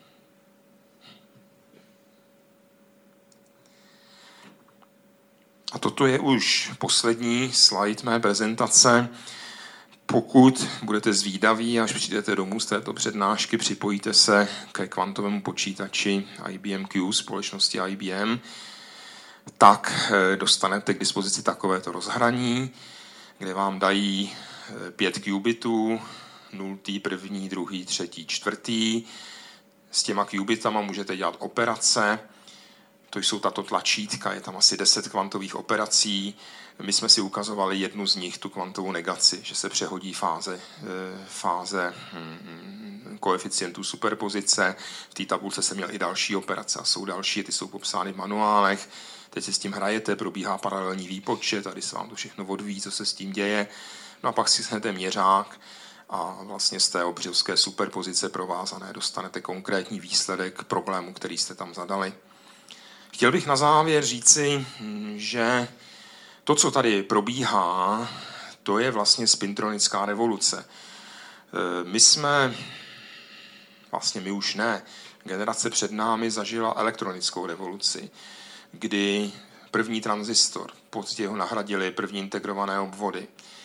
Speaker 2: A toto je už poslední slide mé prezentace. Pokud budete zvídaví, až přijdete domů z této přednášky, připojíte se ke kvantovému počítači I B M Q společnosti I B M, tak dostanete k dispozici takovéto rozhraní, kde vám dají pět qubitů, nultý, první, druhý, třetí, čtvrtý. S těma qubitama můžete dělat operace. To jsou tato tlačítka, je tam asi deset kvantových operací. My jsme si ukazovali jednu z nich, tu kvantovou negaci, že se přehodí fáze, fáze koeficientů superpozice. V té tabulce jsem měl i další operace a jsou další, ty jsou popsány v manuálech. Teď si s tím hrajete, probíhá paralelní výpočet, tady se vám to všechno odvíjí, co se s tím děje. No a pak si shnete měřák a vlastně z té obrovské superpozice provázané dostanete konkrétní výsledek problému, který jste tam zadali. Chtěl bych na závěr říci, že to, co tady probíhá, to je vlastně spintronická revoluce. My jsme, vlastně my už ne, generace před námi zažila elektronickou revoluci, kdy první tranzistor, později ho nahradili první integrované obvody.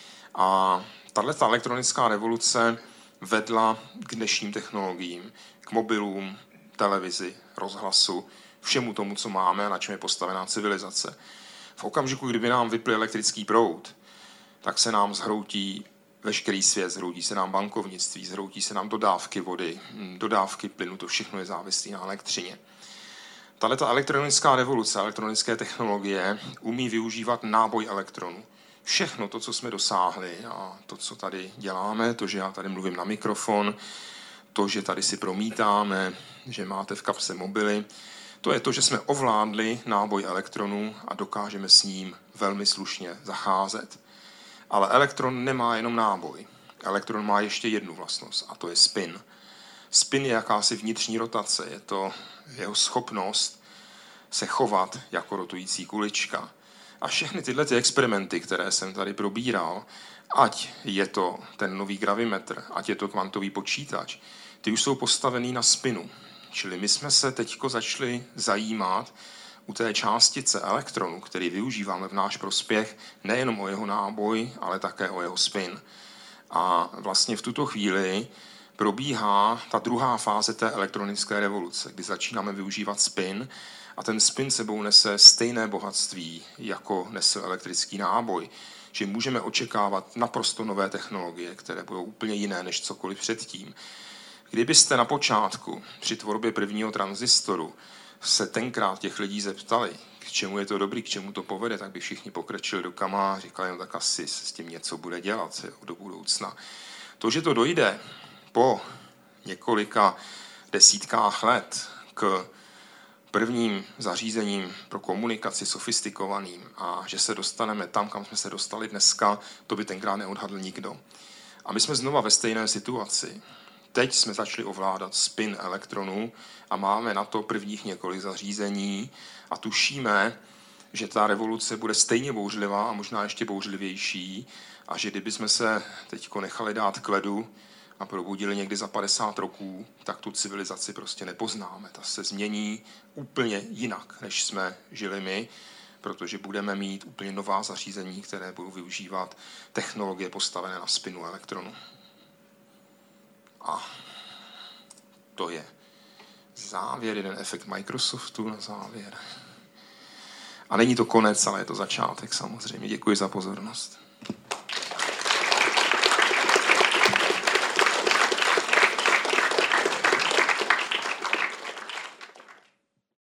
Speaker 2: A tato elektronická revoluce vedla k dnešním technologiím, k mobilům, televizi, rozhlasu, všemu tomu, co máme a na čem je postavená civilizace. V okamžiku, kdyby nám vypl elektrický proud, tak se nám zhroutí veškerý svět, zhroutí se nám bankovnictví, zhroutí se nám dodávky vody, dodávky plynu, to všechno je závislé na elektřině. Tato elektronická revoluce, elektronické technologie umí využívat náboj elektronů. Všechno to, co jsme dosáhli a to, co tady děláme, to, že já tady mluvím na mikrofon, to, že tady si promítáme, že máte v kapse mobily, to je to, že jsme ovládli náboj elektronů a dokážeme s ním velmi slušně zacházet. Ale elektron nemá jenom náboj. Elektron má ještě jednu vlastnost a to je spin. Spin je jakási vnitřní rotace, je to jeho schopnost se chovat jako rotující kulička. A všechny tyhle ty experimenty, které jsem tady probíral, ať je to ten nový gravimetr, ať je to kvantový počítač, ty už jsou postavený na spinu. Čili my jsme se teďko začali zajímat u té částice elektronu, který využíváme v náš prospěch, nejenom o jeho náboj, ale také o jeho spin. A vlastně v tuto chvíli probíhá ta druhá fáze té elektronické revoluce, kdy začínáme využívat spin a ten spin sebou nese stejné bohatství, jako nese elektrický náboj. Že můžeme očekávat naprosto nové technologie, které budou úplně jiné než cokoliv předtím. Kdybyste na počátku při tvorbě prvního tranzistoru se tenkrát těch lidí zeptali, k čemu je to dobrý, k čemu to povede, tak by všichni pokračili do kama a říkali, no tak asi s tím něco bude dělat do budoucna. To, že to dojde po několika desítkách let k prvním zařízením pro komunikaci sofistikovaným a že se dostaneme tam, kam jsme se dostali dneska, to by tenkrát neodhadl nikdo. A my jsme znova ve stejné situaci. Teď jsme začali ovládat spin elektronů a máme na to prvních několik zařízení a tušíme, že ta revoluce bude stejně bouřlivá a možná ještě bouřlivější a že kdybychom se teď nechali dát k ledu a probudili někdy za padesát roků, tak tu civilizaci prostě nepoznáme. Ta se změní úplně jinak, než jsme žili my, protože budeme mít úplně nová zařízení, které budou využívat technologie postavené na spinu elektronu. A to je závěr, jeden efekt Microsoftu na závěr. A není to konec, ale je to začátek samozřejmě. Děkuji za pozornost.